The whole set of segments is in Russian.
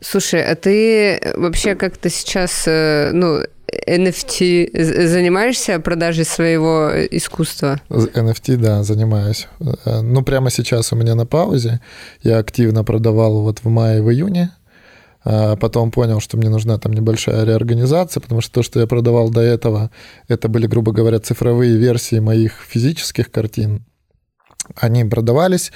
Слушай, а ты вообще как-то сейчас, NFT занимаешься продажей своего искусства? NFT, да, занимаюсь. Ну, прямо сейчас у меня на паузе. Я активно продавал вот в мае, в июне. Потом понял, что мне нужна там небольшая реорганизация, потому что то, что я продавал до этого, это были, грубо говоря, цифровые версии моих физических картин. Они продавались,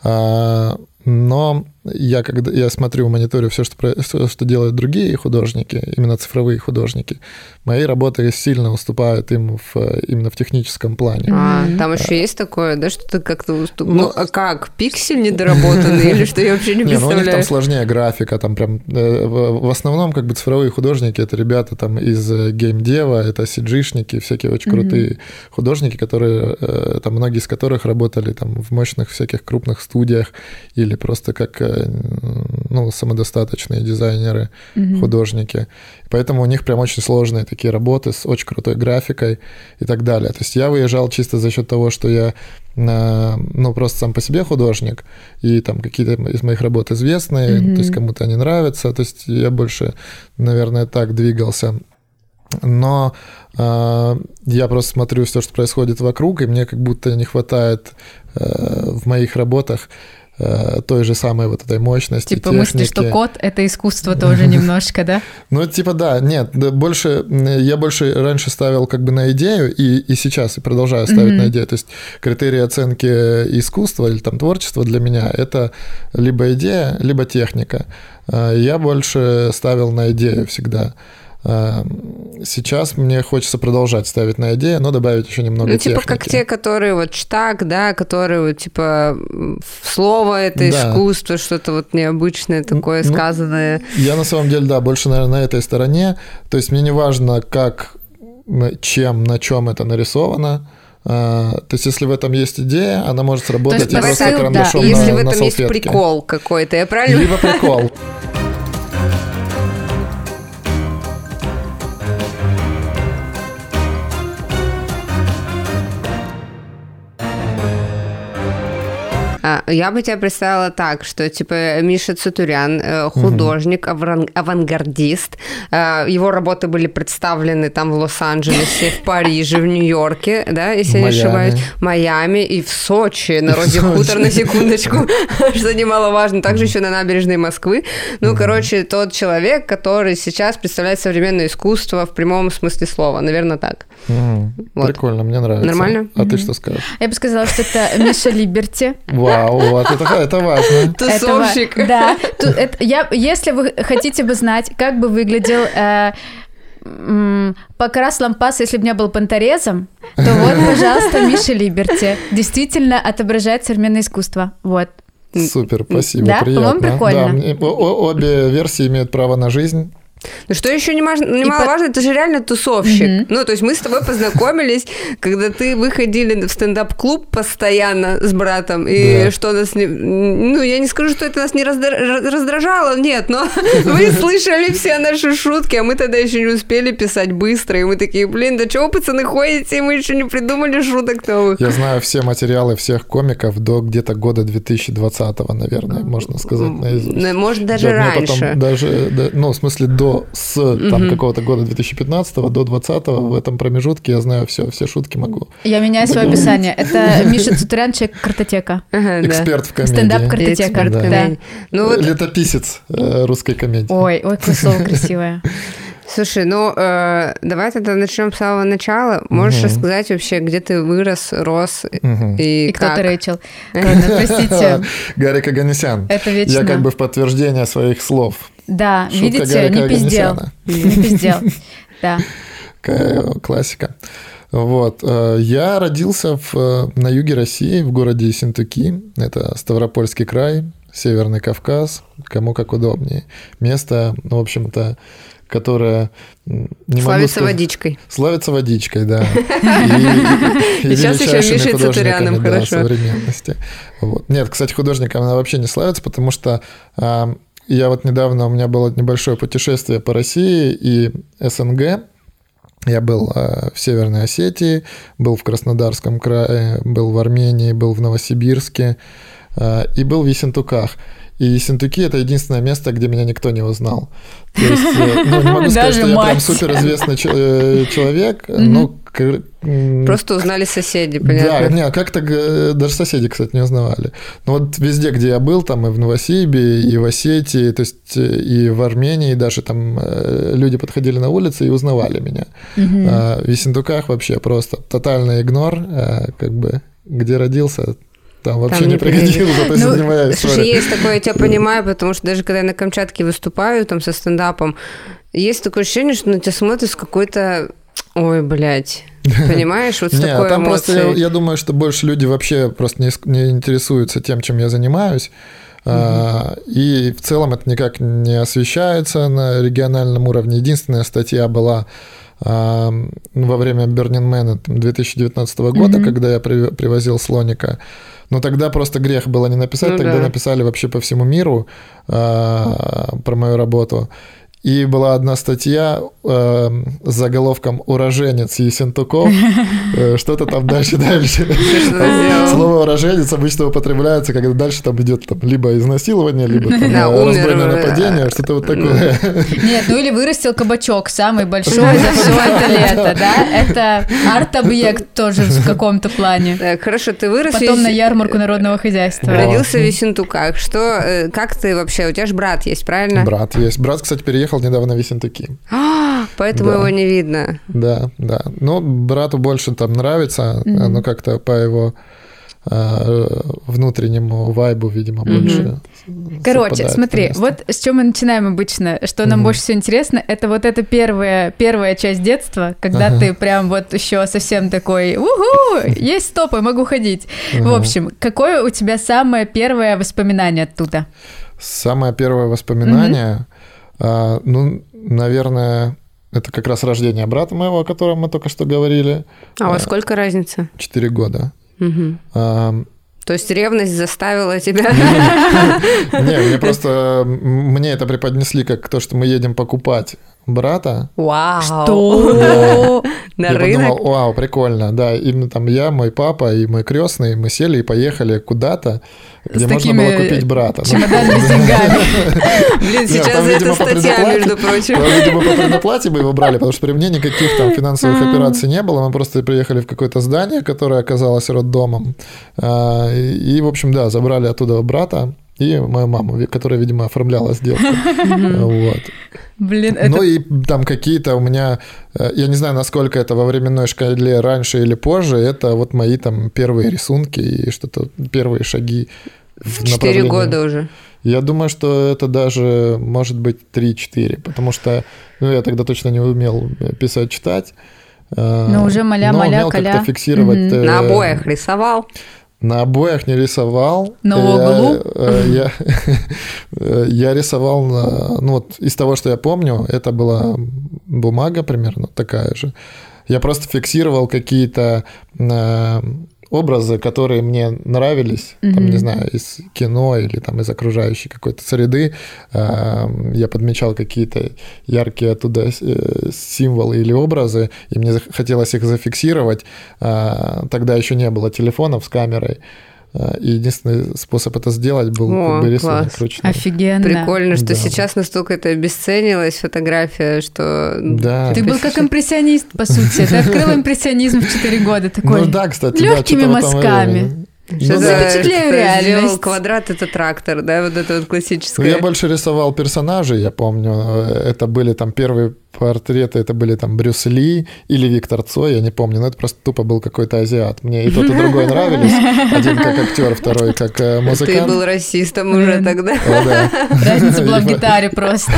но когда я смотрю, мониторю все, что делают другие художники, именно цифровые художники, мои работы сильно уступают им именно в техническом плане. Там еще есть такое, да, что ты как-то а как? Пиксель недоработанный или что, я вообще не представляю? У них там сложнее графика, там прям в основном как бы цифровые художники, это ребята там из геймдева, это CG-шники, всякие очень крутые художники, которые, там многие из которых работали там в мощных всяких крупных студиях или просто как самодостаточные дизайнеры, художники. Поэтому у них прям очень сложные такие работы с очень крутой графикой и так далее. То есть я выезжал чисто за счет того, что я просто сам по себе художник, и там какие-то из моих работ известные, то есть кому-то они нравятся, то есть я больше, наверное, так двигался. Но я просто смотрю все, что происходит вокруг, и мне как будто не хватает в моих работах той же самой вот этой мощности, техники. Мысли, что код — это искусство тоже немножко, да? Да. Нет, я больше раньше ставил как бы на идею, и сейчас и продолжаю ставить на идею. То есть критерии оценки искусства или там творчества для меня — это либо идея, либо техника. Я больше ставил на идею всегда. Сейчас мне хочется продолжать ставить на идею, но добавить еще немного техники. Как те, которые вот штаг, да, которые вот слово — это искусство, что-то вот необычное такое сказанное. Я на самом деле, да, больше, наверное, на этой стороне. То есть мне не важно, как, чем, на чем это нарисовано. То есть, если в этом есть идея, она может сработать и просто карандашом на салфетке. Если в этом есть прикол какой-то, я правильно? Либо прикол. Я бы тебя представила так, что, Миша Цутурян, художник, авангардист, его работы были представлены там в Лос-Анджелесе, в Париже, в Нью-Йорке, да, если я не ошибаюсь, в Майами и в Сочи, на Розе Хутор, на секундочку, что немаловажно, также еще на набережной Москвы. Тот человек, который сейчас представляет современное искусство в прямом смысле слова, наверное, так. Прикольно, мне нравится. Нормально? А ты что скажешь? Я бы сказала, что это Миша Либерти. Вау, вот это важно. Тусовщик. Да. Если вы хотите бы знать, как бы выглядел Покрас Лампас, если бы не был понторезом, то вот, пожалуйста, Миша Либерти. Действительно отображает современное искусство. Вот. Супер, спасибо, да? приятно. По-моему, прикольно. Да, обе версии имеют право на жизнь. Что еще немаловажно, ты же реально тусовщик. То есть мы с тобой познакомились, когда вы ходили в стендап-клуб постоянно с братом, и что нас не... я не скажу, что это нас не раздражало, нет, но вы слышали все наши шутки, а мы тогда еще не успели писать быстро, и мы такие, да чего, пацаны, ходите, мы еще не придумали шуток новых. Я знаю все материалы всех комиков до где-то года 2020-го, наверное, можно сказать наизусть. Может, даже раньше. В смысле, там какого-то года 2015 до 2020 в этом промежутке я знаю все шутки могу. Я меняю свое описание. Это Миша Цутурян, человек-картотека. Эксперт в комедии. Стендап-картотека. Летописец русской комедии. Ой, какое слово красивое. Слушай, давай тогда начнем с самого начала. Можешь рассказать вообще, где ты вырос, рос и как? Кто ты, Рэйчел? Простите. Гарик Оганесян. Это вечно. Я как бы в подтверждение своих слов. Да, шутка видите, Гарика не пиздел. Да. Классика. Вот. Я родился на юге России, в городе Ессентуки. Это Ставропольский край, Северный Кавказ, кому как удобнее. Место, в общем-то, которое... Славится водичкой. Славится водичкой, да. И сейчас еще Мишей Цутуряном, хорошо. Современности. Нет, кстати, художником она вообще не славится, потому что я вот недавно, у меня было небольшое путешествие по России и СНГ. Я был в Северной Осетии, был в Краснодарском крае, был в Армении, был в Новосибирске и был в Ессентуках. И Ессентуки – это единственное место, где меня никто не узнал. То есть, не могу сказать, что я прям суперизвестный человек, но... Просто узнали соседи, понятно? Да, как-то даже соседи, кстати, не узнавали. Но вот везде, где я был, там и в Новосибе, и в Осетии, то есть и в Армении, даже там люди подходили на улице и узнавали меня. А в Ессентуках вообще просто тотальный игнор, как бы, где родился, там вообще не пригодился, то есть это не моя история. Слушай, есть такое, я тебя понимаю, потому что даже когда я на Камчатке выступаю там со стендапом, есть такое ощущение, что на тебя смотрят с какой-то... Ой, блядь. Понимаешь, вот с такой там эмоцией. Просто я думаю, что больше люди вообще просто не интересуются тем, чем я занимаюсь. И в целом это никак не освещается на региональном уровне. Единственная статья была во время Burning Man 2019 года, когда я привозил слоника. Но тогда просто грех было не написать, тогда написали вообще по всему миру про мою работу. И была одна статья с заголовком «Уроженец Ессентуков». Что-то там дальше. Слово «уроженец» обычно употребляется, когда дальше там идет либо изнасилование, либо разбойное нападение, что-то вот такое. Нет, ну или вырастил кабачок, самый большой за все это лето, да? Это арт-объект тоже в каком-то плане. Так, хорошо, ты вырос... Потом на ярмарку народного хозяйства. Родился в Ессентуках. Как ты вообще... У тебя же брат есть, правильно? Брат есть. Брат, кстати, переехал недавно в Ессентуки. Поэтому его не видно. Да. Но брату больше там нравится, но как-то по его внутреннему вайбу, видимо, больше. Короче, смотри, вот с чем мы начинаем обычно, что нам больше всего интересно, это вот эта первая часть детства, когда ты прям вот еще совсем такой, есть стопы, могу ходить. В общем, какое у тебя самое первое воспоминание оттуда? Самое первое воспоминание... Ну, наверное, это как раз рождение брата моего, о котором мы только что говорили. А у вас сколько разница? 4 года. То есть ревность заставила тебя? Не, мне это преподнесли как то, что мы едем покупать брата. Вау! Что? На я рынок? подумал, вау, прикольно, да. Именно там я, мой папа и мой крестный, мы сели и поехали куда-то, где можно было купить брата. Чемоданами с деньгами. Блин, сейчас это статья, между прочим. Видимо, по предоплате мы его брали, потому что при мне никаких там финансовых операций не было. Мы просто приехали в какое-то здание, которое оказалось роддомом. И, в общем, да, забрали оттуда брата и мою маму, которая, видимо, оформляла сделку. Вот. Блин, это... Ну и там какие-то у меня, я не знаю, насколько это во временной шкале раньше или позже, это вот мои там первые рисунки и что-то, первые шаги в 4 года уже. Я думаю, что это даже может быть 3-4, потому что я тогда точно не умел писать, читать. Но уже умел как-то фиксировать. На обоях рисовал? На обоях не рисовал. На углу? Я рисовал, ну вот из того, что я помню, это была бумага примерно такая же. Я просто фиксировал какие-то образы, которые мне нравились, там, не знаю, из кино или там из окружающей какой-то среды. Я подмечал какие-то яркие оттуда символы или образы, и мне хотелось их зафиксировать. Тогда еще не было телефонов с камерой. И единственный способ это сделать был как бы рисунок ручной. Офигенно. Прикольно, что сейчас настолько это обесценилось, фотография, что... Да. Ты был как импрессионист, по сути. Ты открыл импрессионизм в 4 года. Такой, ну да, кстати, легкими мазками. Запечатлею реальность. Сделал квадрат, это трактор, да, вот это вот классическое. Я больше рисовал персонажей, я помню. Это были там первые портреты, это были там Брюс Ли или Виктор Цой, я не помню, но это просто тупо был какой-то азиат. Мне и тот, и другой нравились. Один как актер, второй как музыкант. Ты был расистом уже тогда. Разница была в гитаре просто.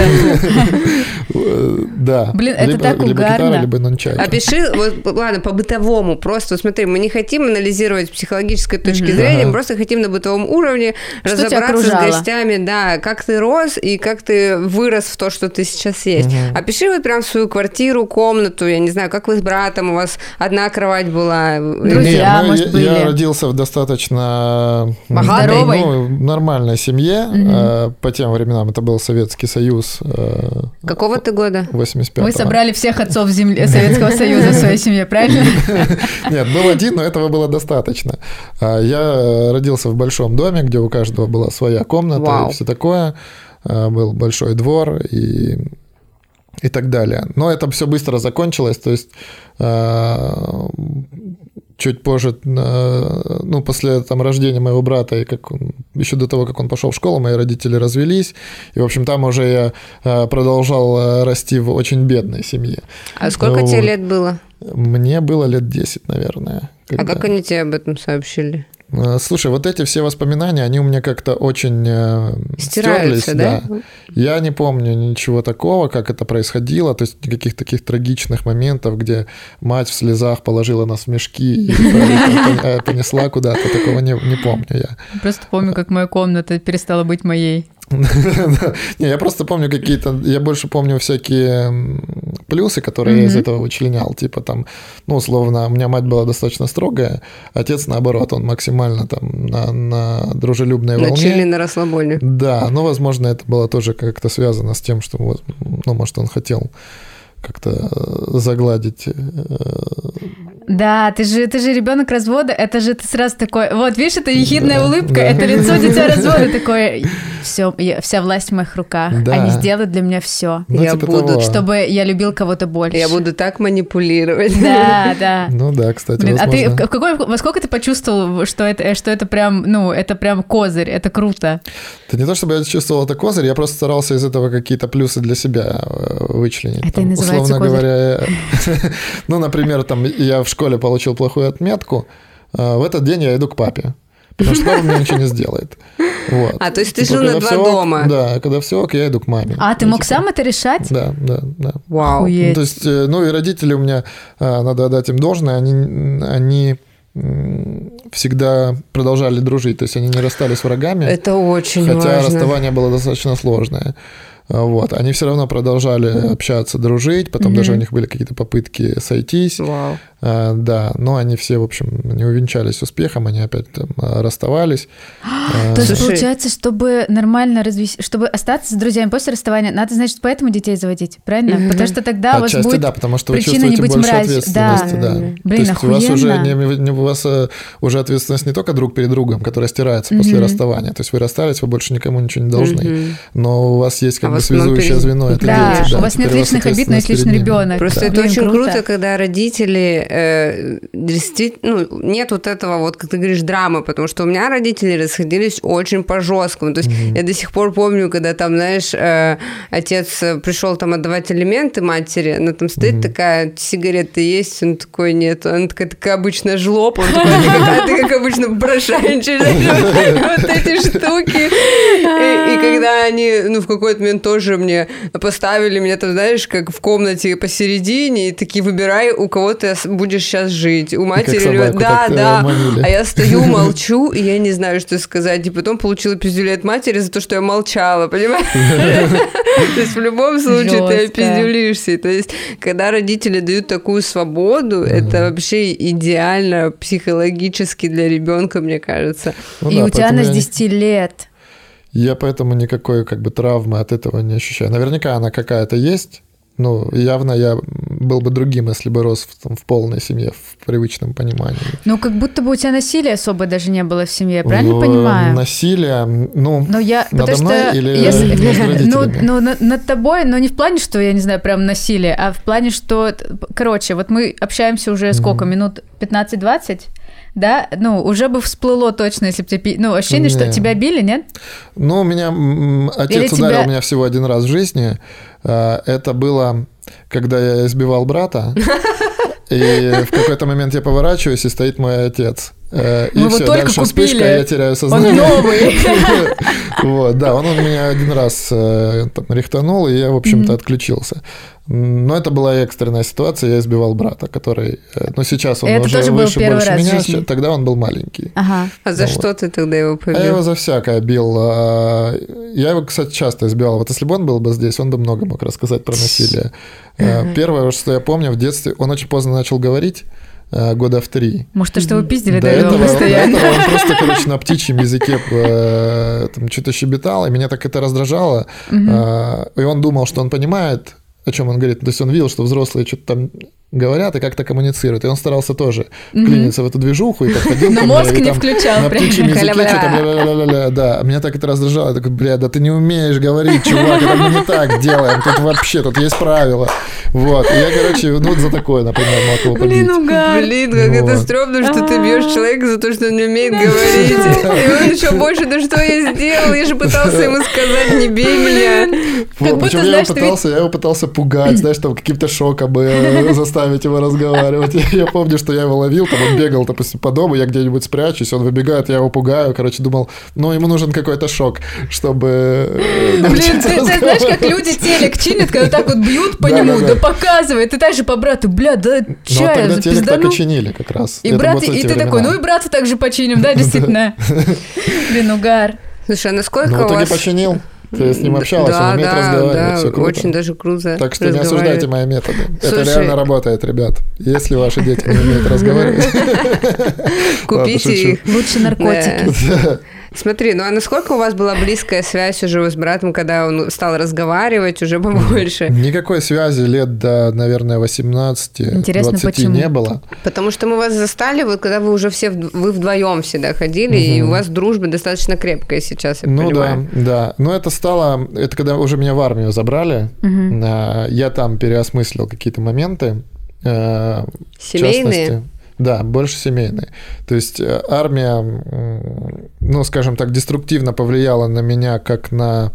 Да. Блин, это так угарно. Либо гитара, либо нончаки. Опиши, вот, ладно, по-бытовому просто. Вот смотри, мы не хотим анализировать с психологической точки зрения, мы просто хотим на бытовом уровне разобраться с гостями, да, как ты рос и как ты вырос в то, что ты сейчас есть. Опиши вот прям свою квартиру, комнату, я не знаю, как вы с братом, у вас одна кровать была? Друзья, может, были? Я родился в достаточно нормальной семье. По тем временам это был Советский Союз. Какого ты года? 85-го. Вы собрали всех отцов Советского Союза в своей семье, правильно? Нет, был один, но этого было достаточно. Я родился в большом доме, где у каждого была своя комната и все такое. Был большой двор и так далее. Но это все быстро закончилось, то есть чуть позже, после рождения моего брата, и еще до того, как он пошел в школу, мои родители развелись, и, в общем, там уже я продолжал расти в очень бедной семье. А сколько тебе лет было? Мне было лет 10, наверное. А как они тебе об этом сообщили? Слушай, вот эти все воспоминания, они у меня как-то очень стерлись. Да? Я не помню ничего такого, как это происходило, то есть никаких таких трагичных моментов, где мать в слезах положила нас в мешки и понесла куда-то, такого не помню я. Просто помню, как моя комната перестала быть моей. Не, я просто помню я больше помню всякие плюсы, которые я из этого вычленял, типа там, условно, у меня мать была достаточно строгая, отец, наоборот, он максимально там на дружелюбной волне. На чили, на расслабоне. Да, возможно, это было тоже как-то связано с тем, что, может, он хотел как-то загладить. Да, ты же ребенок развода, это же ты сразу такой, вот, видишь, это ехидная улыбка, это лицо дитя развода, такое, вся власть в моих руках, они сделают для меня все. Я буду, чтобы я любил кого-то больше. Я буду так манипулировать. Да. Ну да, кстати, возможно. А ты во сколько ты почувствовал, что это прям, это прям козырь, это круто? Это не то, чтобы я чувствовал это козырь, я просто старался из этого какие-то плюсы для себя вычленить. Это и называется условно козырь. Говоря, например, я в школе получил плохую отметку, в этот день я иду к папе, потому что папа мне ничего не сделает. Вот. А, то есть ты жил на два дома? Да, когда все ок, я иду к маме. А, ты мог сам это решать? Да. Вау. То есть, и родители у меня, надо отдать им должное, они всегда продолжали дружить, то есть они не расстались врагами. Это очень важно. Хотя расставание было достаточно сложное. Вот. Они все равно продолжали общаться, дружить, потом даже у них были какие-то попытки сойтись. Вау. Да, но они все, в общем, не увенчались успехом, они опять там расставались. То есть, получается, чтобы нормально чтобы остаться с друзьями после расставания, надо, значит, поэтому детей заводить, правильно? Потому что тогда у вас будет да, потому что вы причина не быть больше мразью. ответственности. Да. Блин, то есть у вас уже ответственность не только друг перед другом, которая стирается после расставания. То есть вы расстались, вы больше никому ничего не должны, но у вас есть как бы связующее звено. Это да, у вас нет личных обид, но есть личный ребенок. Просто это очень круто, когда родители действительно, нет вот этого, вот как ты говоришь, драмы, потому что у меня родители расходились очень по-жесткому. То есть я до сих пор помню, когда там, знаешь, отец пришел там отдавать алименты матери, она там стоит такая, сигареты есть? Он такой, нет. Она такая обычная жлоб, он такой, ты как обычно брошайничаешь вот эти штуки. И когда они, в какой-то момент тоже мне поставили меня там, знаешь, как в комнате посередине, и такие, выбирай, у кого ты будешь сейчас жить. У матери или... Да. А я стою, молчу, и я не знаю, что сказать. И потом получила пиздюлей от матери за то, что я молчала, понимаешь? То есть в любом случае ты опиздюлишься. То есть когда родители дают такую свободу, это вообще идеально психологически для ребенка, мне кажется. И у тебя она с 10 лет. Я поэтому никакой как бы травмы от этого не ощущаю. Наверняка она какая-то есть. Явно я был бы другим, если бы рос в полной семье, в привычном понимании. Как будто бы у тебя насилия особо даже не было в семье, я правильно понимаю? Насилие, надо мной или между родителями? Над тобой, но не в плане, что, я не знаю, прям насилие, а в плане, что, короче, вот мы общаемся уже сколько, минут 15-20? Да, уже бы всплыло точно, если бы тебе... ощущение, что тебя били, нет? У меня отец ударил меня всего один раз в жизни. Это было, когда я избивал брата. И в какой-то момент я поворачиваюсь, и стоит мой отец. И все, дальше вспышка, я теряю сознание. Он новый. Вот, да, он меня один раз там рихтанул, и я, в общем-то, отключился. Но это была экстренная ситуация, я избивал брата, который... Ну, сейчас он это уже тоже выше, был первый больше раз меня, в жизни. тогда он был маленький. Ага. А за что ты тогда его побил? Я его за всякое бил. Я его, кстати, часто избивал. Вот если бы он был бы здесь, он бы много мог рассказать про насилие. Первое, что я помню в детстве, он очень поздно начал говорить, года в 3. Может, то, что вы пиздили до этого постоянно? До этого он просто, короче, на птичьем языке там что-то щебетал, и меня так это раздражало. И он думал, что он понимает, о чем он говорит. То есть он видел, что взрослые что-то там говорят и как-то коммуницируют. И он старался тоже вклиниться в эту движуху и подходил но мозг не включал. На птичьем языке что-то бля-бля-бля-бля. Да, меня так это раздражало. Я такой, бля, да ты не умеешь говорить, чувак, это мы не так делаем. Тут вообще, тут есть правила. Вот. И я, короче, ну за такое, например, мог его побить. Блин, угар. Блин, как это стрёмно, что ты бьешь человека за то, что он не умеет говорить. И он еще больше, да что я сделал? Я же пытался ему сказать, не бей меня. Вот, причем я его пытался пугать, знаешь, там каким-то шоком заставить его разговаривать. Я помню, что я его ловил, там он бегал, допустим, по дому, я где-нибудь спрячусь, он выбегает, я его пугаю, короче, думал, ну, ему нужен какой-то шок, чтобы... Блин, ты знаешь, как люди телек чинят, когда так вот бьют по нему, да показывай, ты так же по брату, бля, да чё я тогда телек так и чинили как раз. И брат, и ты такой, ну и брата так же починим, да, действительно. Блин, угар. Слушай, а насколько у вас... Ну, в итоге починил. Ты с ним общалась, он умеет разговаривать, все круто. Очень даже круто. Так что не осуждайте мои методы. Это реально работает, ребят. Если ваши дети не умеют разговаривать, купите их. Лучше наркотики. Смотри, ну а насколько у вас была близкая связь уже с братом, когда он стал разговаривать уже побольше? Никакой связи лет до, наверное, 18-20 не было. Потому что мы вас застали, вот когда вы уже все, вы вдвоем всегда ходили, и у вас дружба достаточно крепкая сейчас, я понимаю. Ну да. Но это когда уже меня в армию забрали, я там переосмыслил какие-то моменты. Семейные? Да, больше семейные. То есть армия, ну, скажем так, деструктивно повлияла на меня как на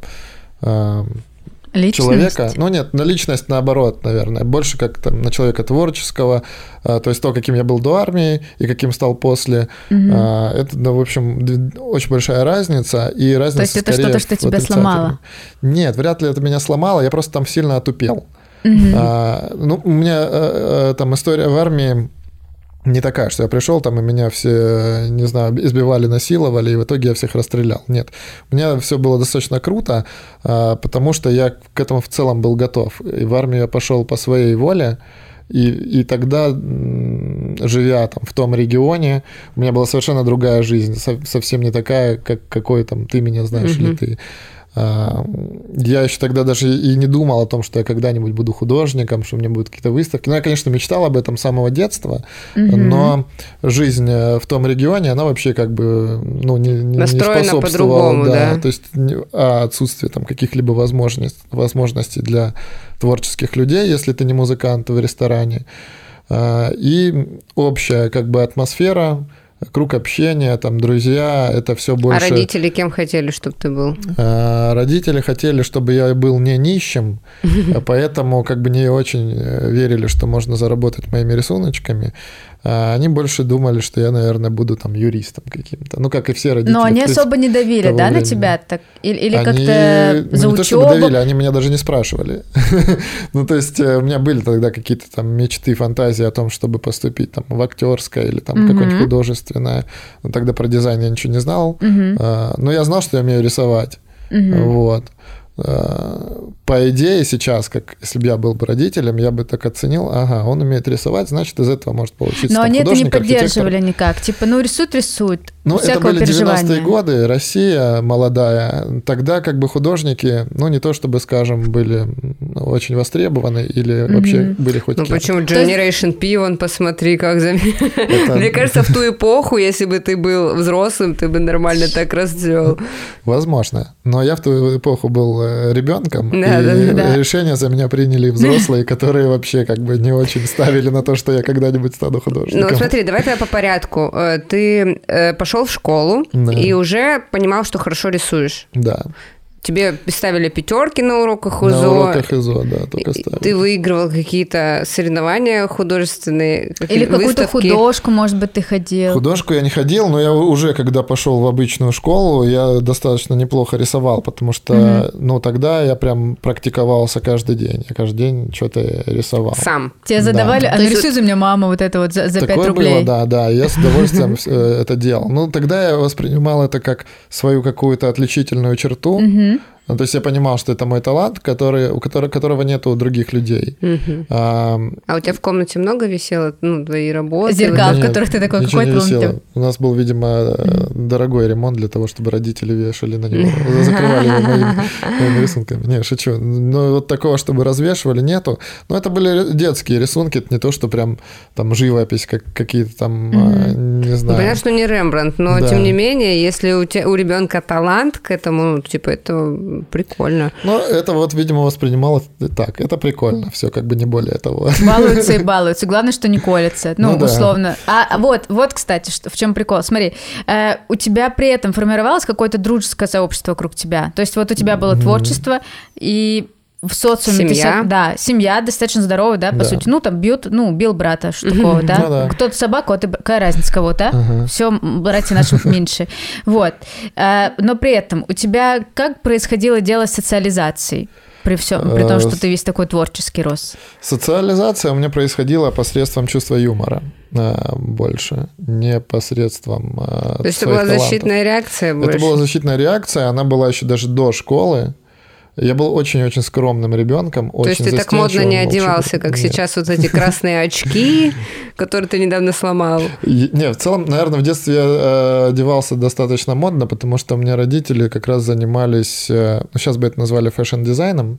человека. Ну, нет, на личность наоборот, наверное. Больше как там, на человека творческого. То есть то, каким я был до армии и каким стал после. Это, ну, в общем, очень большая разница. И разница, то есть это что-то, что тебя сломало? Нет, вряд ли это меня сломало. Я просто там сильно отупел. Ну, у меня там история в армии не такая, что я пришел там, и меня все, не знаю, избивали, насиловали, и в итоге я всех расстрелял. Нет. У меня все было достаточно круто, потому что я к этому в целом был готов. И в армию я пошел по своей воле, и тогда, живя там в том регионе, у меня была совершенно другая жизнь, совсем не такая, какой там ты меня знаешь, или ты. Я еще тогда даже и не думал о том, что я когда-нибудь буду художником, что у меня будут какие-то выставки. Ну, я, конечно, мечтал об этом с самого детства, но жизнь в том регионе, она вообще как бы не способствовала. По-другому, да. То есть отсутствие там каких-либо возможностей для творческих людей, если ты не музыкант в ресторане. И общая как бы атмосфера, круг общения, там, друзья, это все больше... А родители кем хотели, чтобы ты был? Родители хотели, чтобы я был не нищим, поэтому как бы не очень верили, что можно заработать моими рисуночками. Они больше думали, что я, наверное, буду там юристом каким-то. Ну, как и все родители. Но они особо не давили, да, на тебя? Так, или как-то за учебу? Не то, чтобы давили, они меня даже не спрашивали. Ну, то есть у меня были тогда какие-то там мечты, фантазии о том, чтобы поступить там в актерское или там какое-нибудь художественное. Но тогда про дизайн я ничего не знал. Но я знал, что я умею рисовать. Вот. По идее, сейчас, как если бы я был бы родителем, я бы так оценил, ага, он умеет рисовать, значит, из этого может получиться. Но там, они это не архитектор. поддерживали никак. Типа, ну, рисует. Ну, это были 90-е годы, Россия молодая. Тогда как бы художники, ну, не то чтобы, скажем, были очень востребованы или вообще были хоть кем-то. Ну, почему? Generation P, вон, посмотри, как заметно. Мне кажется, в ту эпоху, если бы ты был взрослым, ты бы нормально так расцвел. Возможно. Но я в ту эпоху был ребенком, решения за меня приняли взрослые, которые вообще как бы не очень ставили на то, что я когда-нибудь стану художником. Ну, смотри, давай тогда по порядку. Ты пошел в школу и уже понимал, что хорошо рисуешь. Да. тебе ставили 5 на уроках УЗО. На уроках ИЗО, да, только ставили. Ты выигрывал какие-то соревнования художественные, или какую-то художку, может быть, ты ходил? Художку я не ходил, но я уже, когда пошел в обычную школу, я достаточно неплохо рисовал, потому что, тогда я прям практиковался каждый день. Я каждый день что-то рисовал. Сам? Тебе задавали, нарисуй за меня, мама, вот это вот за 5 рублей. Такое было, да, я с удовольствием это делал. Ну, тогда я воспринимал это как свою какую-то отличительную черту. То есть я понимал, что это мой талант, которого нет у других людей. А у тебя в комнате много висело, твои работы? Зеркал, в которых ты такой, какой ты? У нас был, видимо, дорогой ремонт для того, чтобы родители вешали на него, закрывали его моими рисунками. Не, шучу. Но вот такого, чтобы развешивали, нету. Но это были детские рисунки, это не то, что прям там живопись, как какие-то там, не знаю. Понятно, что не Рембрандт, но тем не менее, если у ребенка талант к этому, это прикольно. Ну, это вот, видимо, воспринималось так. Это прикольно. Все как бы не более того. Балуются и балуются. Главное, что не колется. Условно. А вот, кстати, в чем прикол. Смотри, у тебя при этом формировалось какое-то дружеское сообщество вокруг тебя. То есть вот у тебя было творчество, и в социуме семья достаточно здоровая, да, по сути. Там бил брата, что такого, да? Кто-то собаку, а ты какая разница кого, да? Все, братья наши меньше. Вот. Но при этом у тебя как происходило дело с социализацией? При том, что ты весь такой творческий рос. Социализация у меня происходила посредством чувства юмора больше, не посредством То есть это была защитная реакция больше? Это была защитная реакция, она была еще даже до школы. Я был очень-очень скромным ребенком. То есть ты так модно не одевался, как сейчас вот эти красные очки, которые ты недавно сломал? Нет, в целом, наверное, в детстве я одевался достаточно модно, потому что у меня родители как раз занимались, сейчас бы это назвали фэшн-дизайном,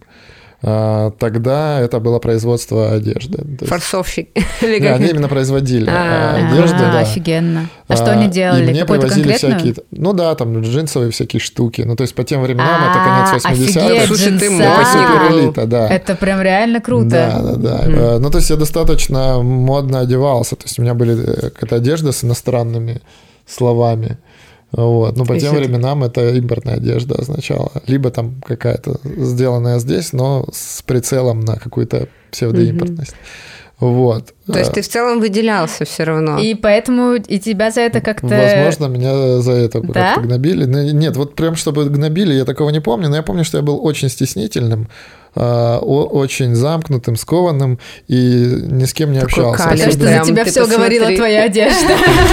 тогда это было производство одежды. Форсовщик. Да, они именно производили одежду. Офигенно. А что они делали? И мне привозили всякие... там джинсовые всякие штуки. То есть по тем временам это конец 80-х. Слушай, ты модный. Да. Это прям реально круто. Да. То есть я достаточно модно одевался. То есть у меня были какая-то одежда с иностранными словами. Вот. Но по тем временам это импортная одежда означала. Либо там какая-то сделанная здесь, но с прицелом на какую-то псевдоимпортность. Вот. То есть ты в целом выделялся все равно. И поэтому и тебя за это как-то... Возможно, меня за это как-то гнобили. Нет, вот прям чтобы гнобили, я такого не помню, но я помню, что я был очень стеснительным, очень замкнутым, скованным и ни с кем не общался. Потому что за тебя все говорила твоя одежда.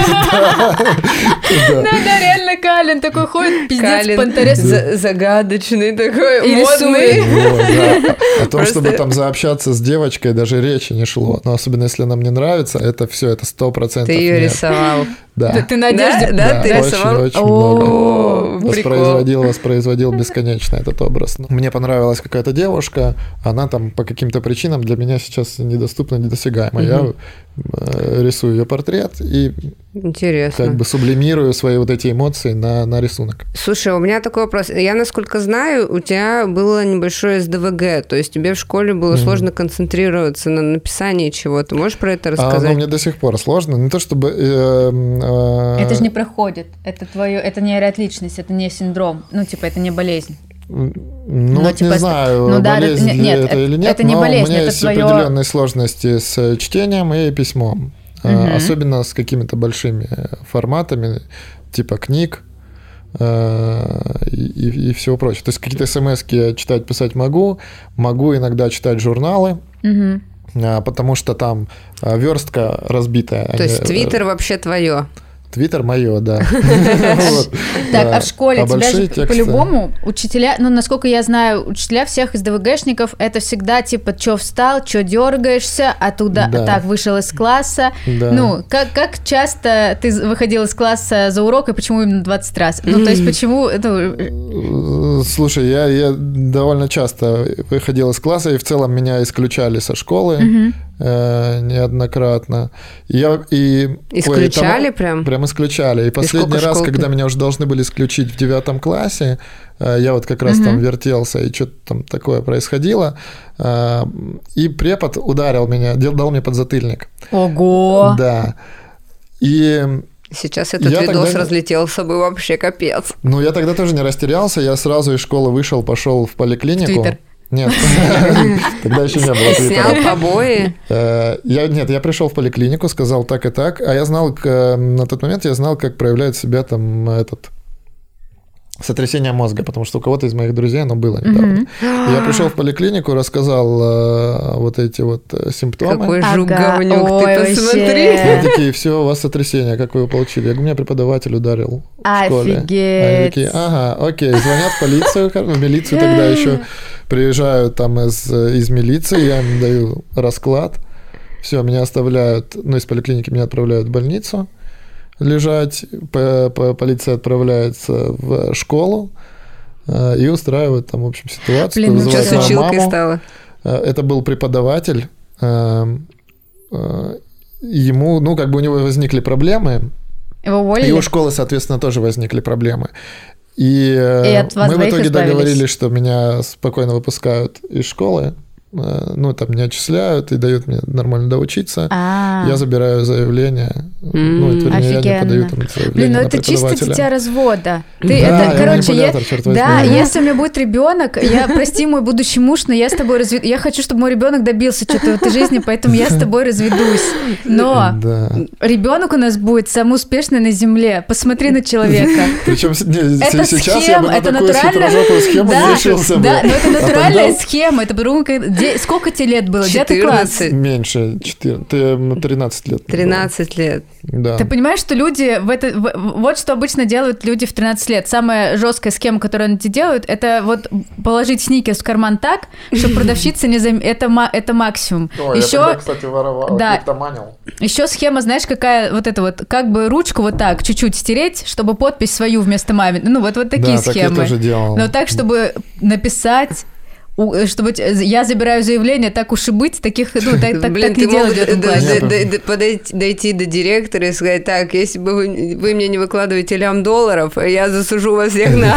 Да, реально Калин такой ходит, пиздец, понторез. Загадочный такой, модный. О том, чтобы там заобщаться с девочкой, даже речи не шло. Но особенно если она мне нравится, это все, это 100%. Ты ее рисовал. Да. Ты на одежде? Да, ты рисовал? Очень много. Воспроизводил бесконечно этот образ. Мне понравилась какая-то девушка, она там по каким-то причинам для меня сейчас недоступна, недосягаема. Я рисую ее портрет и интересно. Как бы сублимирую свои вот эти эмоции на рисунок. Слушай, у меня такой вопрос. Я, насколько знаю, у тебя было небольшое СДВГ, то есть тебе в школе было сложно концентрироваться на написании чего-то. Можешь про это рассказать? Мне до сих пор сложно. Не то чтобы... Это же не проходит. Это не ареотличность, это не синдром. Это не болезнь. Не знаю, болезнь это или нет, это не болезнь, у меня это есть определенные сложности с чтением и письмом. Особенно с какими-то большими форматами, типа книг и всего прочего. То есть какие-то смс-ки я читать, писать могу иногда читать журналы, потому что там верстка разбитая. То есть Твиттер вообще твое? Твиттер моё, да. Так, а в школе тебя же по-любому учителя, насколько я знаю, учителя всех СДВГшников, это всегда типа, чё встал, чё дергаешься, оттуда так вышел из класса. Как часто ты выходил из класса за урок, и почему именно 20 раз? То есть почему... Слушай, я довольно часто выходил из класса, и в целом меня исключали со школы. Неоднократно. Исключали прям? Прям исключали. И последний раз, когда меня уже должны были исключить в 9 классе, я вот как раз там вертелся, и что-то там такое происходило, и препод ударил меня, дал мне подзатыльник. Ого! Да. И Сейчас этот видос разлетелся бы вообще капец. Ну, я тогда тоже не растерялся, я сразу из школы вышел, пошел в поликлинику. В Твиттер? Нет, тогда еще не было Твиттера. Снял побои? Я пришел в поликлинику, сказал так и так, а я знал, на тот момент я знал, как проявляет себя там сотрясение мозга, потому что у кого-то из моих друзей оно было недавно. Я пришел в поликлинику, рассказал вот эти вот симптомы. Какой жук-говнюк, ты посмотри. Они такие, все, у вас сотрясение, как вы его получили? Я говорю, меня преподаватель ударил в школе. Офигеть. Они такие, ага, окей, звонят в полицию, в милицию тогда еще приезжают там из милиции, я им даю расклад, все, меня оставляют, из поликлиники меня отправляют в больницу лежать, полиция отправляется в школу и устраивает там, в общем, ситуацию. Блин, что с училкой стало? Это был преподаватель, ему, у него возникли проблемы. Его уволили? И у школы, соответственно, тоже возникли проблемы. И мы в итоге договорились, что меня спокойно выпускают из школы, там не отчисляют и дают мне нормально доучиться. Я забираю заявление. Я не подаю там заявление на это чисто дитя развода. Если у меня будет ребенок, прости, мой будущий муж, но я с тобой разведусь. Я хочу, чтобы мой ребенок добился чего-то в этой жизни, поэтому я с тобой разведусь. Но ребенок у нас будет самый успешный на земле. Посмотри на человека. Причем сейчас я бы на такую хитрожопую схему не решился бы. Да, но это натуральная схема. Это сколько тебе лет было? 14. Меньше, 13 лет. 13 лет. Да. Ты понимаешь, что люди... Вот что обычно делают люди в 13 лет. Самая жесткая схема, которую они делают, это вот положить сникерс в карман так, чтобы продавщица не заметила. Это максимум. Ой, я тогда, кстати, воровал, клептоманил. Еще схема, знаешь, какая вот эта вот, как бы ручку вот так чуть-чуть стереть, чтобы подпись свою вместо мамы. Вот такие схемы. Так я тоже делал. Но так, чтобы написать... Чтобы я забираю заявление, так уж и быть, таких, так не делают. Дойти до директора и сказать, так, если бы вы мне не выкладываете $1 я засужу вас всех на.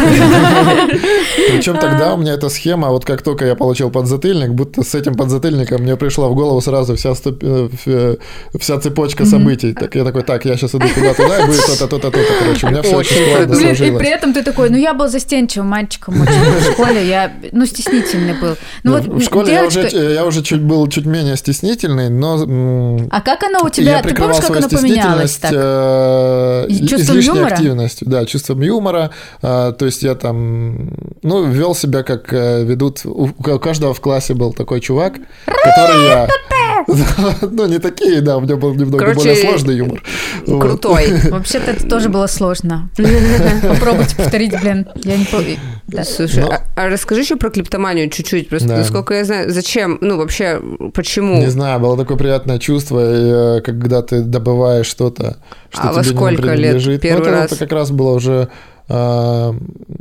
Причем тогда у меня эта схема, вот как только я получил подзатыльник, будто с этим подзатыльником мне пришла в голову сразу вся цепочка событий. Так я такой, я сейчас иду туда-туда, и будет то-то. Короче, у меня все очень складно сложилось. И при этом ты такой, я был застенчивым мальчиком очень в школе, я, стеснительный был. В школе я уже был чуть менее стеснительный, но... А как оно у тебя? Ты помнишь, как оно поменялось? Излишней активностью, да, чувством юмора. То есть я там, вел себя, как ведут... У каждого в классе был такой чувак, который я... не такие, да, у меня был немного более сложный юмор. Крутой. Вообще-то это тоже было сложно. Попробуйте повторить, Я не помню. Слушай, а расскажи еще про клептоманию чуть-чуть, просто насколько я знаю, зачем, вообще, почему? Не знаю, было такое приятное чувство, когда ты добываешь что-то, что тебе не принадлежит. Первый раз? Это как раз было уже в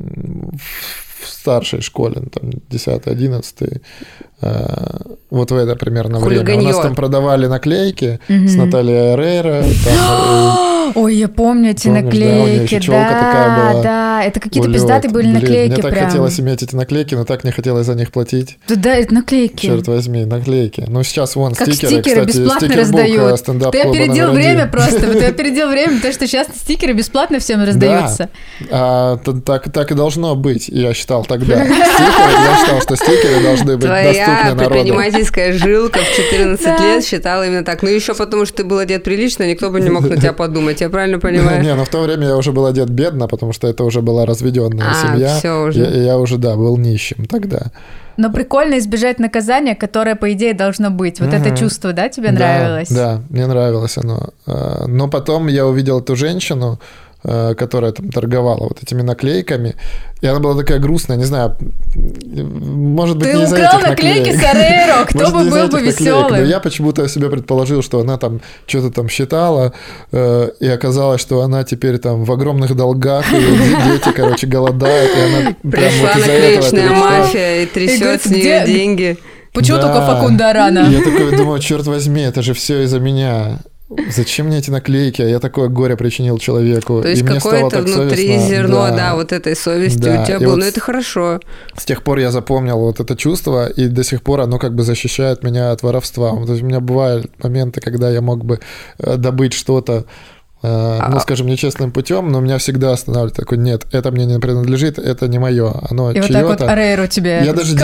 старшей школе, там, 10-11, вот в это примерно время. У нас там продавали наклейки с Натальей Орейро. Ой, я помню эти наклейки, да, это какие-то пиздатые были наклейки. Мне так хотелось иметь эти наклейки, но так не хотелось за них платить. Да, это наклейки. Черт возьми, наклейки. Сейчас вон как стикеры, кстати, бесплатно раздают. Ты опередил время просто, ты опередил время, потому что сейчас стикеры бесплатно всем раздаются. Да, так и должно быть, я считал тогда. Я считал, что стикеры должны быть доступны народу. Твоя предпринимательская жилка в 14 лет считала именно так. Еще потому, что ты был одет прилично, никто бы не мог на тебя подумать. Я правильно понимаю? Не, в то время я уже был одет бедно, потому что это уже была разведенная семья. Все уже. Я уже, был нищим тогда. Но прикольно избежать наказания, которое, по идее, должно быть. Вот это чувство, да, тебе нравилось? Да, мне нравилось оно. Но потом я увидел эту женщину, которая там торговала вот этими наклейками, и она была такая грустная, не знаю, может быть, ты не из-за этих наклеек. Ты украл наклейки с Орейро, кто бы был бы веселым. Но я почему-то себе предположил, что она там что-то там считала, и оказалось, что она теперь там в огромных долгах, и дети, голодают, и она пришла наклеечная мафия и трясет с нее деньги. Почему только Факунда Арана? Я такой думаю, черт возьми, это же все из-за меня. Зачем мне эти наклейки? Я такое горе причинил человеку. То есть какое-то внутри зерно, вот этой совести у тебя было. Но это хорошо. С тех пор я запомнил вот это чувство, и до сих пор оно защищает меня от воровства. То есть у меня бывают моменты, когда я мог бы добыть что-то ну, скажем, нечестным путем, но меня всегда останавливает такой, нет, это мне не принадлежит, это не мое, оно чьё-то. И вот так вот Арейру тебе. Я даже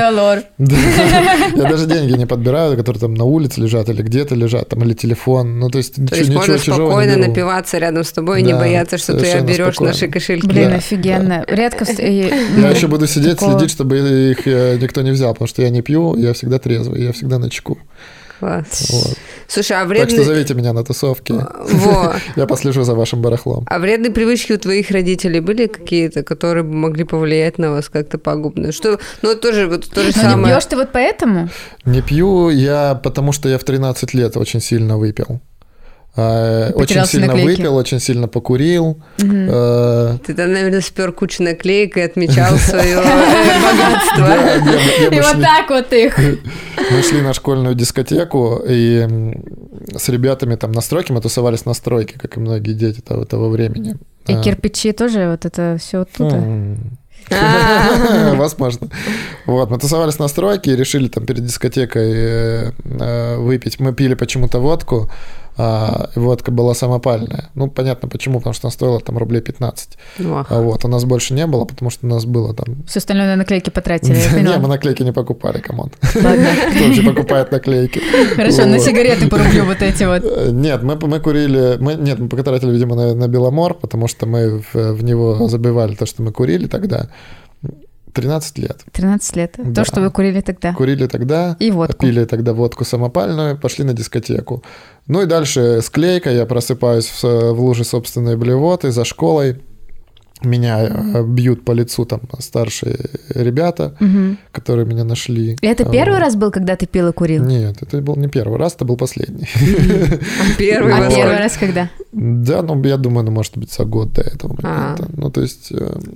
деньги не подбираю, которые там на улице лежат или где-то лежат, там, или телефон, ну, то есть ничего чужого не беру. То есть можно спокойно напиваться рядом с тобой и не бояться, что ты оберешь наши кошельки. Блин, офигенно. Редко... Я еще буду сидеть, следить, чтобы их никто не взял, потому что я не пью, я всегда трезвый, я всегда начеку. Класс. Вот. Слушай, а вредные... Так что зовите меня на тусовки. Я послежу за вашим барахлом. А вредные привычки у твоих родителей были какие-то, которые бы могли повлиять на вас как-то пагубно? Что, ну, тоже, вот, то же самое. Не пьешь ты вот поэтому? Не пью я, потому что я в 13 лет очень сильно выпил. Очень сильно выпил, очень сильно покурил. Ты там, наверное, спер кучу наклеек и отмечал свое богатство. И вот так вот их. Мы шли на школьную дискотеку, и с ребятами там на стройке, мы тусовались на стройке, как и многие дети того времени. И кирпичи тоже, вот это все оттуда? Возможно. Вот, мы тусовались на стройке и решили там перед дискотекой выпить. Мы пили почему-то водку, водка была самопальная. Ну, понятно почему, потому что она стоила там рублей 15. Вот, у нас больше не было, потому что у нас было там... Все остальное на наклейки потратили, я поняла. Не, мы наклейки не покупали, камон. Ладно. Кто вообще покупает наклейки? Хорошо, на сигареты по рублю вот эти вот. Нет, мы курили... Нет, мы потратили, видимо, на Беломор, потому что мы в него забивали то, что мы курили тогда. 13 лет. 13 лет. Да. То, что вы курили тогда. Курили тогда. И водку. Пили тогда водку самопальную, пошли на дискотеку. Ну и дальше склейка, я просыпаюсь в луже собственной блевоты за школой. Меня бьют по лицу там старшие ребята, которые меня нашли. И это первый раз был, когда ты пил и курил? Нет, это был не первый раз, это был последний. Первый раз когда? Да, ну, я думаю, может быть, за год до этого момента. Ну, то есть...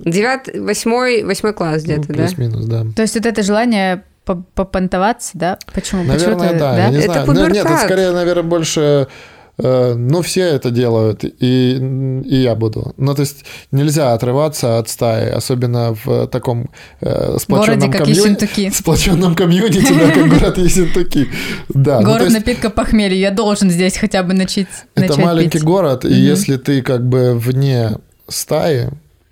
8 класс где-то, да? Плюс-минус, да. То есть вот это желание попонтоваться, да? Почему? Наверное, да, я не знаю. Нет, это скорее, наверное, больше... Ну, все это делают, и я буду. Ну, то есть нельзя отрываться от стаи, особенно в таком сплоченном комьюнити. Сплоченном комьюнити, да, как город Ессентуки. Да, город напитка похмелья, я должен здесь хотя бы начать пить. Это маленький город, и если ты как бы вне стаи,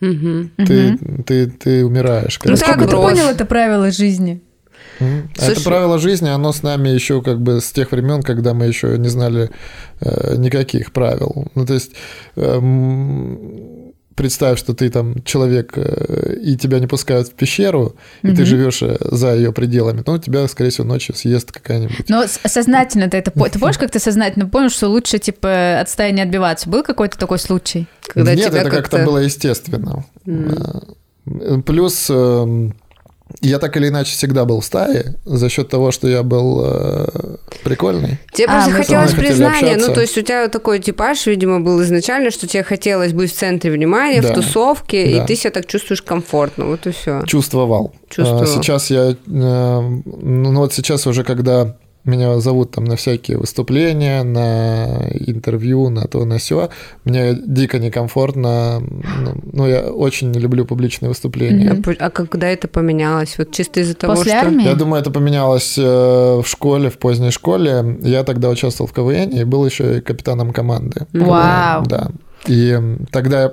ты умираешь. Ну, как ты понял это правило жизни? Это правило жизни, оно с нами еще как бы с тех времен, когда мы еще не знали никаких правил. Ну, то есть представь, что ты там человек, и тебя не пускают в пещеру, и ты живешь за ее пределами, ну, тебя, скорее всего, ночью съест какая-нибудь. Но сознательно ты помнишь, как ты сознательно понял, что лучше, типа, от стаи не отбиваться? Был какой-то такой случай? Когда нет, это как-то было естественно. Плюс... Я так или иначе всегда был в стае за счет того, что я был прикольный. Тебе просто хотелось признания, ну, то есть у тебя такой типаж, видимо, был изначально, что тебе хотелось быть в центре внимания, в тусовке, и ты себя так чувствуешь комфортно, вот и все. Чувствовал. Сейчас я, ну вот сейчас уже, когда меня зовут там на всякие выступления, на интервью, на то, на сё. Мне дико некомфортно. Ну, я очень не люблю публичные выступления. А когда это поменялось? Вот чисто из-за того, После армии? Я думаю, это поменялось в школе, в поздней школе. Я тогда участвовал в КВН и был еще и капитаном команды. Вау! Да. И тогда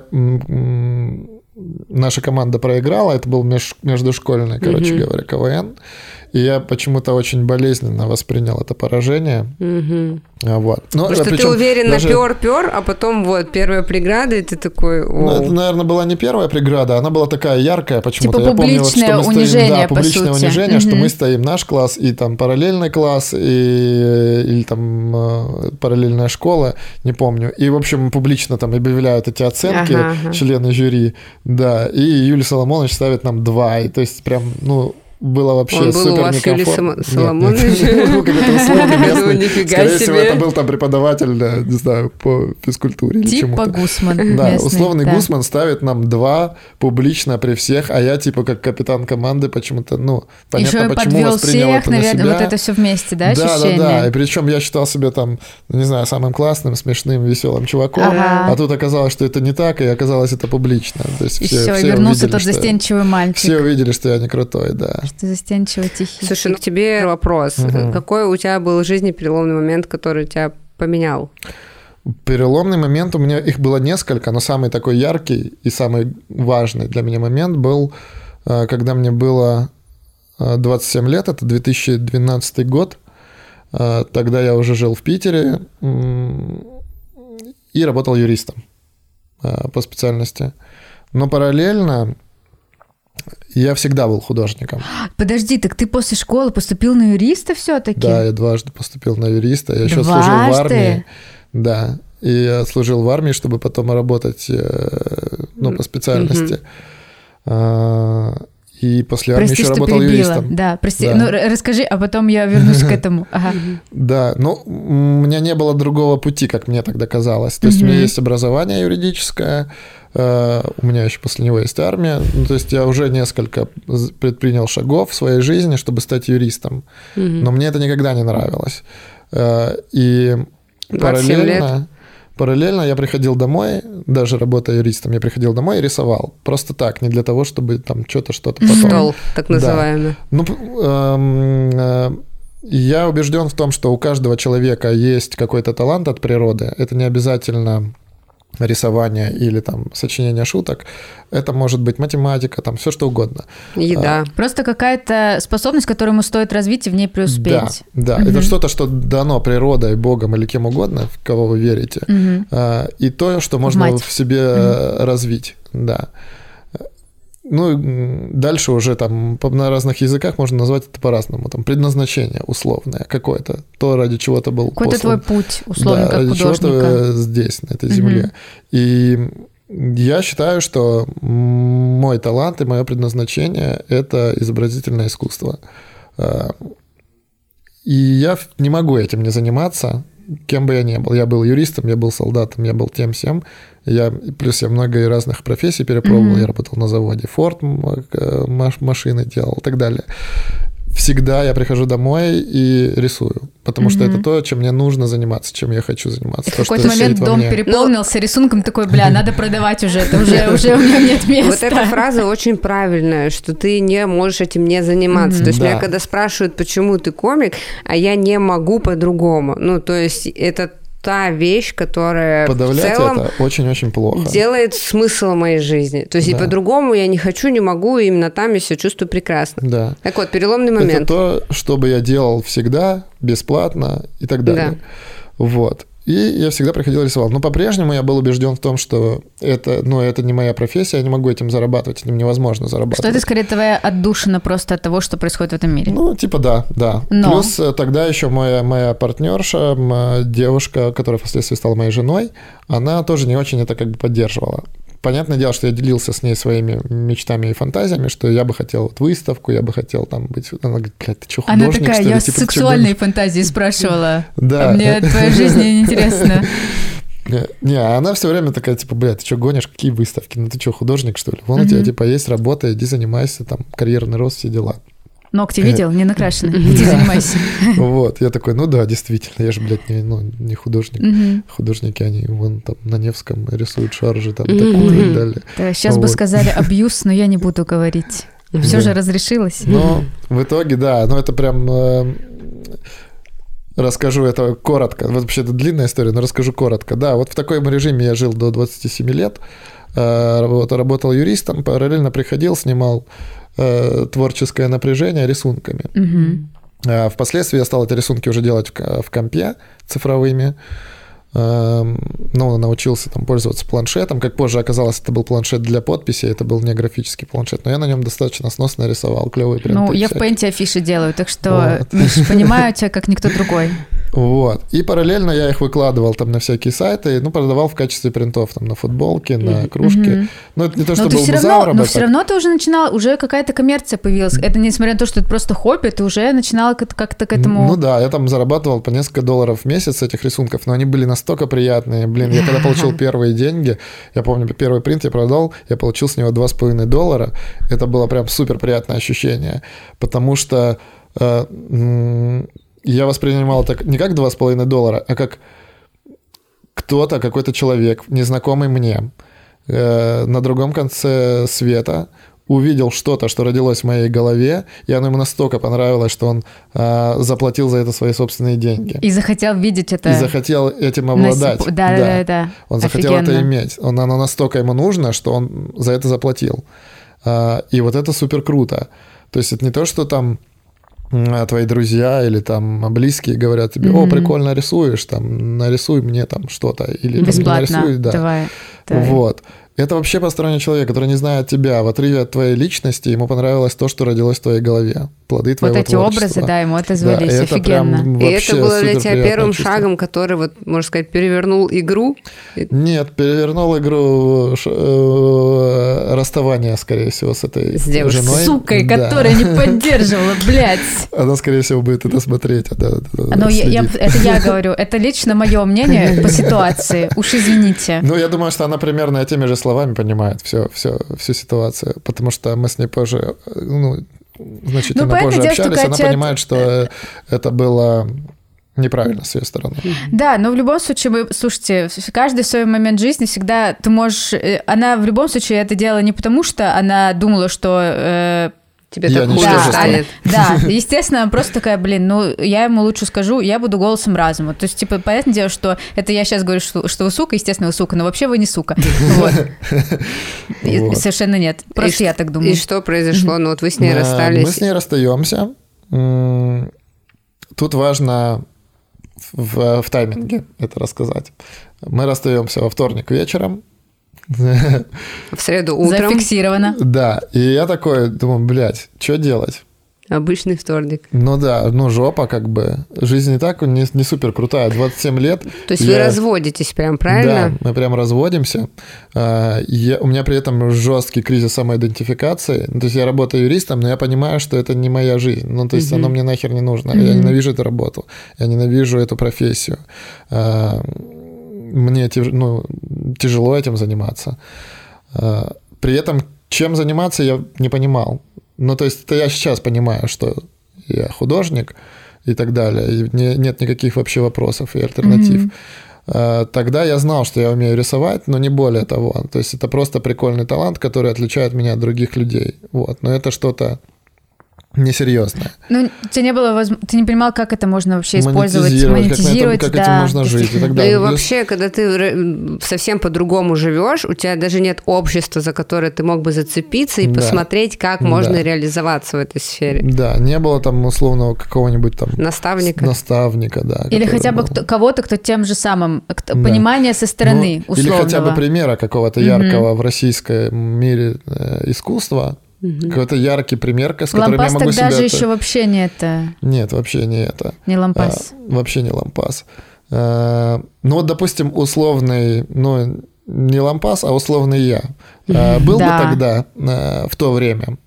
наша команда проиграла, это был междушкольный, короче говоря, КВН. И я почему-то очень болезненно воспринял это поражение. Вот. Потому что ты уверенно пёр, а потом вот первая преграда, и ты такой... Ну, это, наверное, была не первая преграда, она была такая яркая почему-то. Типа публичное унижение, по сути. Публичное унижение, что мы стоим, наш класс, и там параллельный класс, или там параллельная школа, не помню. И, в общем, публично там объявляют эти оценки члены жюри, да, и Юлия Соломонович ставит нам 2, и то есть прям, ну... Было вообще супер некомфортно. Он был у вас Юлий Соломонович? Ну, какой-то условный местный. Скорее всего, это был там преподаватель, не знаю, по физкультуре или чему-то. Типа Гусман. Да, условный Гусман ставит нам 2 публично при всех, а я типа как капитан команды почему-то, ну, понятно, почему воспринял это на себя. Вот это все вместе, да, ощущение? Да. И причем я считал себя там, не знаю, самым классным, смешным, веселым чуваком, а тут оказалось, что это не так, и оказалось это публично. То есть и все, вернулся тот застенчивый мальчик. Все увидели, что я не крутой, да. Что застенчивый, тихий. Слушай, к тебе вопрос. Какой у тебя был в жизни переломный момент, который тебя поменял? Переломный момент у меня, их было несколько, но самый такой яркий и самый важный для меня момент был, когда мне было 27 лет, это 2012 год. Тогда я уже жил в Питере и работал юристом по специальности. Но параллельно я всегда был художником. Подожди, так ты после школы поступил на юриста все-таки? Да, я дважды поступил на юриста. Я еще служил в армии. Да, и я служил в армии, чтобы потом работать по специальности. И после армии еще работал юристом. Да, прости, да. Ну расскажи, а потом я вернусь к этому. Ага. Да, у меня не было другого пути, как мне тогда казалось. То есть у меня есть образование юридическое, у меня еще после него есть армия. То есть я уже несколько предпринял шагов в своей жизни, чтобы стать юристом. Но мне это никогда не нравилось. И параллельно я приходил домой, даже работая юристом, я приходил домой и рисовал. Просто так, не для того, чтобы там что-то потом... Стол, так называемый. Да. Я убежден в том, что у каждого человека есть какой-то талант от природы. Это не обязательно рисование или там сочинение шуток. Это может быть математика, там все что угодно. Еда. Просто какая-то способность, которую ему стоит развить и в ней преуспеть. Да. Это что-то, что дано природой, Богом или кем угодно, в кого вы верите. И то, что можно в себе развить. Да. Дальше уже там на разных языках можно назвать это по-разному. Там предназначение условное какое-то, то, ради чего ты был какой-то послан. твой путь, условно, да, как ради художника. чего ты здесь, на этой земле. И я считаю, что мой талант и мое предназначение – это изобразительное искусство. И я не могу этим не заниматься, кем бы я ни был. Я был юристом, я был солдатом, я был тем-сем. Плюс я много разных профессий перепробовал. Я работал на заводе Ford, машины делал и так далее. Всегда я прихожу домой и рисую, потому что это то, чем мне нужно заниматься, чем я хочу заниматься. И в какой-то момент дом переполнился рисунком, такой, надо продавать уже, это уже у меня нет места. Вот эта фраза очень правильная, что ты не можешь этим не заниматься. То есть меня когда спрашивают, почему ты комик, а я не могу по-другому. То есть это та вещь, которая подавлять в целом это очень-очень плохо. Делает смысл моей жизни. То есть и по-другому я не хочу, не могу, и именно там я себя чувствую прекрасно. Да. Так вот, переломный момент. Это то, что бы я делал всегда, бесплатно и так далее. Да. Вот. И я всегда приходил и рисовал. Но по-прежнему я был убежден в том, что это не моя профессия, я не могу этим зарабатывать, этим невозможно зарабатывать. Что это скорее твоя отдушина просто от того, что происходит в этом мире? Да. Но... Плюс тогда еще моя партнерша, девушка, которая впоследствии стала моей женой, она тоже не очень это поддерживала. Понятное дело, что я делился с ней своими мечтами и фантазиями, что я бы хотел выставку, я бы хотел там быть... Она говорит, ты что, художник, она такая, что ли? Я сексуальные фантазии спрашивала. Да. Мне твоя жизнь не интересна. Не, она все время такая, ты что гонишь, какие выставки? Ты что, художник, что ли? Вон у тебя, есть работа, иди занимайся, там, карьерный рост, все дела. Ногти видел? Не накрашены. Иди занимайся. Вот, я такой, действительно, я же, не художник. Художники, они вон там на Невском рисуют шаржи там и так далее. Сейчас бы сказали абьюз, но я не буду говорить. Все же разрешилось. Но в итоге, это прям... Расскажу это коротко. Вообще, это длинная история, но расскажу коротко. Да, вот в таком режиме я жил до 27 лет. Работал юристом, параллельно приходил, снимал творческое напряжение рисунками. Впоследствии я стал эти рисунки уже делать в компе цифровыми. Научился там пользоваться планшетом. Как позже оказалось, это был планшет для подписи, это был не графический планшет, но я на нем достаточно сносно рисовал, клевые принты. Я в Paint афиши делаю, так что, Миш, понимаю тебя как никто другой. Вот. И параллельно я их выкладывал там на всякие сайты, продавал в качестве принтов там на футболки, на кружки. Это не то, что был бы заработок. Но все равно ты уже начинал, уже какая-то коммерция появилась. Это несмотря на то, что это просто хобби, ты уже начинал как-то к этому... Я там зарабатывал по несколько $1 в месяц с этих рисунков, но они были настолько приятные. Я когда получил первые деньги, я помню, первый принт я продал, я получил с него $2,5. Это было прям супер приятное ощущение, потому что я воспринимал это не как $2,5, а как кто-то, какой-то человек, незнакомый мне, на другом конце света, увидел что-то, что родилось в моей голове, и оно ему настолько понравилось, что он заплатил за это свои собственные деньги. И захотел видеть это. И захотел этим обладать. Да. Он захотел это иметь. Оно настолько ему нужно, что он за это заплатил. И вот это супер круто. То есть это не то, что там твои друзья или там близкие говорят тебе: о, прикольно рисуешь, там, нарисуй мне там что-то. Или бесплатно, нарисуй, да. Давай. Вот. Это вообще посторонний человек, который не знает тебя. В отрыве от твоей личности ему понравилось то, что родилось в твоей голове. Плоды твоего творчества. Вот эти образы, да, ему отозвались, да, офигенно. И это было для тебя первым шагом, который, вот, можно сказать, перевернул игру? Нет, перевернул игру расставания, скорее всего, с этой женой. С сукой, которая не поддерживала, блядь. Она, скорее всего, будет это смотреть. Это я говорю, это лично мое мнение по ситуации. Уж извините. Ну, я думаю, что она примерно теми же словами понимает всю ситуацию, потому что мы с ней позже, значительно позже общались, она понимает, что это было неправильно с ее стороны. Да, но в любом случае, слушайте, каждый в свой момент жизни всегда ты можешь... Она в любом случае это делала не потому, что она думала, что... Тебе так хуже станет. Да, естественно, она просто такая, я ему лучше скажу, я буду голосом разума. То есть, типа, понятное дело, что это я сейчас говорю, что вы сука, естественно, вы сука, но вообще вы не сука. Совершенно нет. Просто я так думаю. И что произошло? Ну вот вы с ней расстались. Мы с ней расстаемся. Тут важно в тайминге это рассказать. Мы расстаемся во вторник вечером. В среду утром. Зафиксировано. Да, и я такой думаю, блядь, что делать? Обычный вторник. Ну да, жопа как бы. Жизнь и так не супер крутая, 27 лет. То есть вы разводитесь прям, правильно? Да, мы прям разводимся. У меня при этом жесткий кризис самоидентификации. То есть я работаю юристом, но я понимаю, что это не моя жизнь. Ну то есть оно мне нахер не нужно. Я ненавижу эту работу, я ненавижу эту профессию. Мне тяжело этим заниматься. При этом, чем заниматься, я не понимал. Ну, то есть, это я сейчас понимаю, что я художник и так далее, и нет никаких вообще вопросов и альтернатив. Тогда я знал, что я умею рисовать, но не более того. То есть, это просто прикольный талант, который отличает меня от других людей. Вот. Но это что-то несерьезное. Ну, у тебя не было ты не понимал, как это можно вообще использовать, монетизировать, как этим можно жить и так далее. Ну и вообще, когда ты совсем по-другому живешь, у тебя даже нет общества, за которое ты мог бы зацепиться и посмотреть, как можно реализоваться в этой сфере. Да, не было там условного какого-нибудь там... Наставника, да. Или хотя бы кого-то, кто тем же самым, понимание со стороны условного. Или хотя бы примера какого-то яркого в российском мире искусства. Какой-то яркий пример, с которым лампас я могу себя... Лампас тогда же еще вообще не это... Нет, вообще не это. Не лампас. Вообще не лампас. Ну вот, допустим, условный, не лампас, а условный я. Был бы тогда, в то время.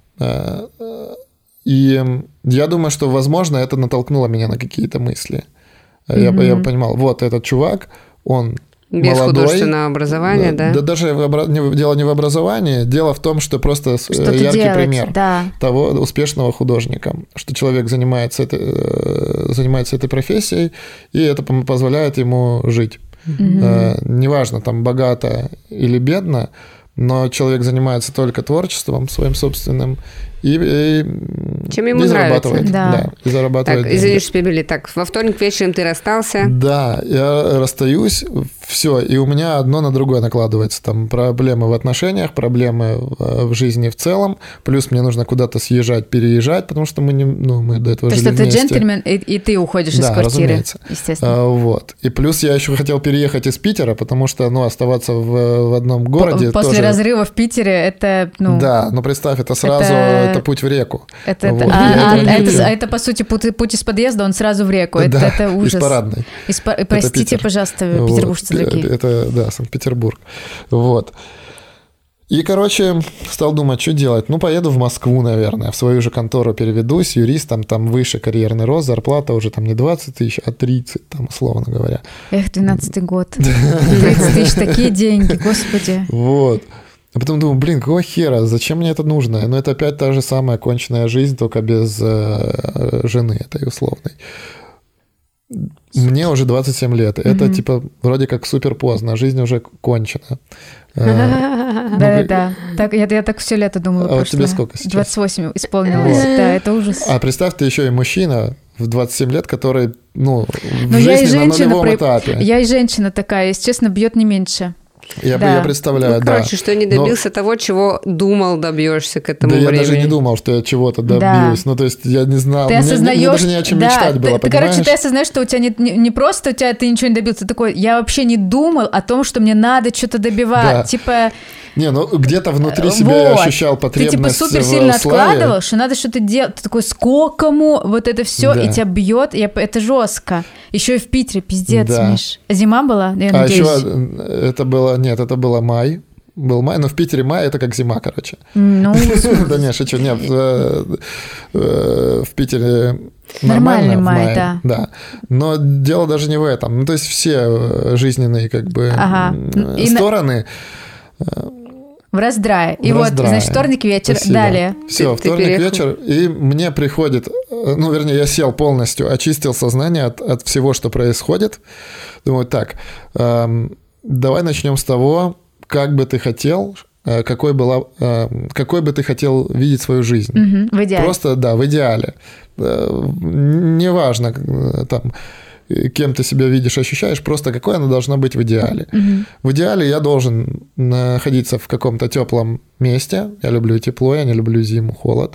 И я думаю, что, возможно, это натолкнуло меня на какие-то мысли. Я понимал, вот этот чувак, он... Без молодой, художественного образования, да? Да даже дело не в образовании, дело в том, что просто яркий пример того успешного художника, что человек занимается этой профессией, и это позволяет ему жить. Неважно, там, богато или бедно, но человек занимается только творчеством своим собственным и чем ему зарабатывает. Да, и зарабатывает. Так, извини, что перебили. Так, во вторник вечером ты расстался? Да, я расстаюсь, все, и у меня одно на другое накладывается. Там проблемы в отношениях, проблемы в жизни в целом, плюс мне нужно куда-то съезжать, переезжать, потому что мы до этого жили вместе. То есть ты джентльмен, и ты уходишь из квартиры, разумеется. Естественно. Вот. И плюс я еще хотел переехать из Питера, потому что, оставаться в одном городе после тоже... разрыва в Питере это, Да, представь, это сразу... Это путь в реку. Это, по сути, путь из подъезда, он сразу в реку. Это ужас. Из парадной. Простите, пожалуйста, петербуржцы дорогие. Это Санкт-Петербург. Вот. И, стал думать, что делать. Поеду в Москву, наверное, в свою же контору переведусь, юристом, там выше карьерный рост, зарплата уже там не 20 тысяч, а 30, там, условно говоря. 12-й год. 30 тысяч, такие деньги, господи. Вот. А потом думаю, какого хера, зачем мне это нужно? Это опять та же самая конченная жизнь, только без жены этой условной. Мне уже 27 лет. Это, типа, вроде как супер поздно, жизнь уже кончена. Да. Я так все лето думала. А вот тебе сколько сейчас? 28 исполнилось. Да, это ужас. А представь, ты еще и мужчина в 27 лет, который, в жизни на нулевом этапе. Я и женщина такая, если честно, бьет не меньше. Я представляю, короче, что не добился того, чего думал добьешься к этому времени. Я даже не думал, что я чего-то добьюсь. То есть я не знал, мне даже не о чем мечтать было, понимаешь? Короче, ты осознаешь, что у тебя не просто ты ничего не добился, ты такой, я вообще не думал о том, что мне надо что-то добивать. Типа... где-то внутри себя я ощущал потребность в славе. Ты типа супер сильно откладывал, что надо что-то делать. Ты такой, сколько вот это все, и тебя бьет, это жестко. Еще и в Питере, пиздец, Миш. Зима была, я надеюсь. А еще это было май. Был май, но в Питере май это как зима, короче. Да не, шучу, нет. В Питере нормальный май, да. Но дело даже не в этом. То есть все жизненные стороны... В раздрае. Значит, вторник вечер. Спасибо. Далее. Все, вторник вечер, и мне приходит, я сел полностью, очистил сознание от всего, что происходит. Думаю, так, давай начнем с того, как бы ты хотел, какой бы ты хотел видеть свою жизнь. В идеале. Просто, в идеале. Неважно, там... кем ты себя видишь, ощущаешь, просто какой она должна быть в идеале. В идеале я должен находиться в каком-то теплом месте. Я люблю тепло, я не люблю зиму, холод.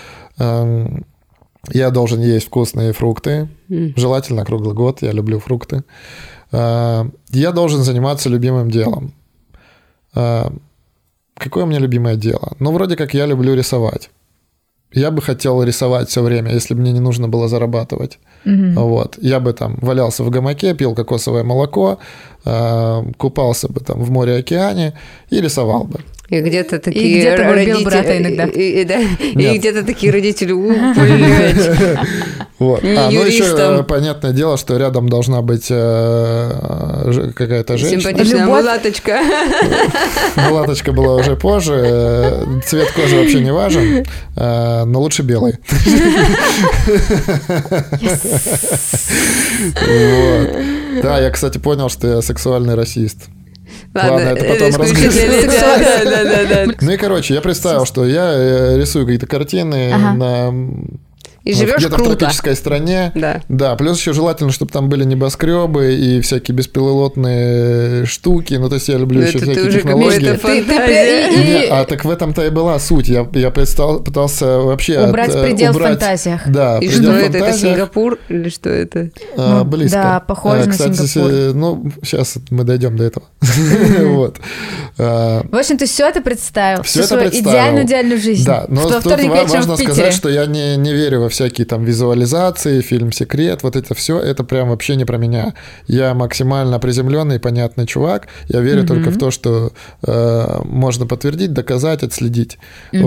Я должен есть вкусные фрукты, желательно круглый год, я люблю фрукты. Я должен заниматься любимым делом. Какое у меня любимое дело? Вроде как я люблю рисовать. Я бы хотел рисовать все время, если бы мне не нужно было зарабатывать. Я бы там валялся в гамаке, пил кокосовое молоко, купался бы там в море-океане и рисовал бы. И где-то такие родители... брата иногда. И где-то такие родители, блядь. Еще понятное дело, что рядом должна быть какая-то женщина. Симпатичная мулаточка. Мулаточка была уже позже. Цвет кожи вообще не важен, но лучше белый. Да, я, кстати, понял, что я сексуальный расист. Ладно, это потом разговариваем. Я представил, что я рисую какие-то картины на... И живешь где-то круто. В тропической стране. Да, плюс еще желательно, чтобы там были небоскребы и всякие беспилотные штуки. То есть я люблю еще всякие технологии. Так в этом-то и была суть. Я пытался вообще убрать предел в фантазиях. Да, и что это? Это Сингапур или что это? Близко. Да, похоже на Сингапур. Сейчас мы дойдем до этого. В общем, ты все это представил. Всю свою идеальную жизнь. Да, но тут важно сказать, что я не верю во всякие там визуализации, фильм «Секрет», вот это все, это прям вообще не про меня. Я максимально приземленный, понятный чувак. Я верю только в то, что можно подтвердить, доказать, отследить.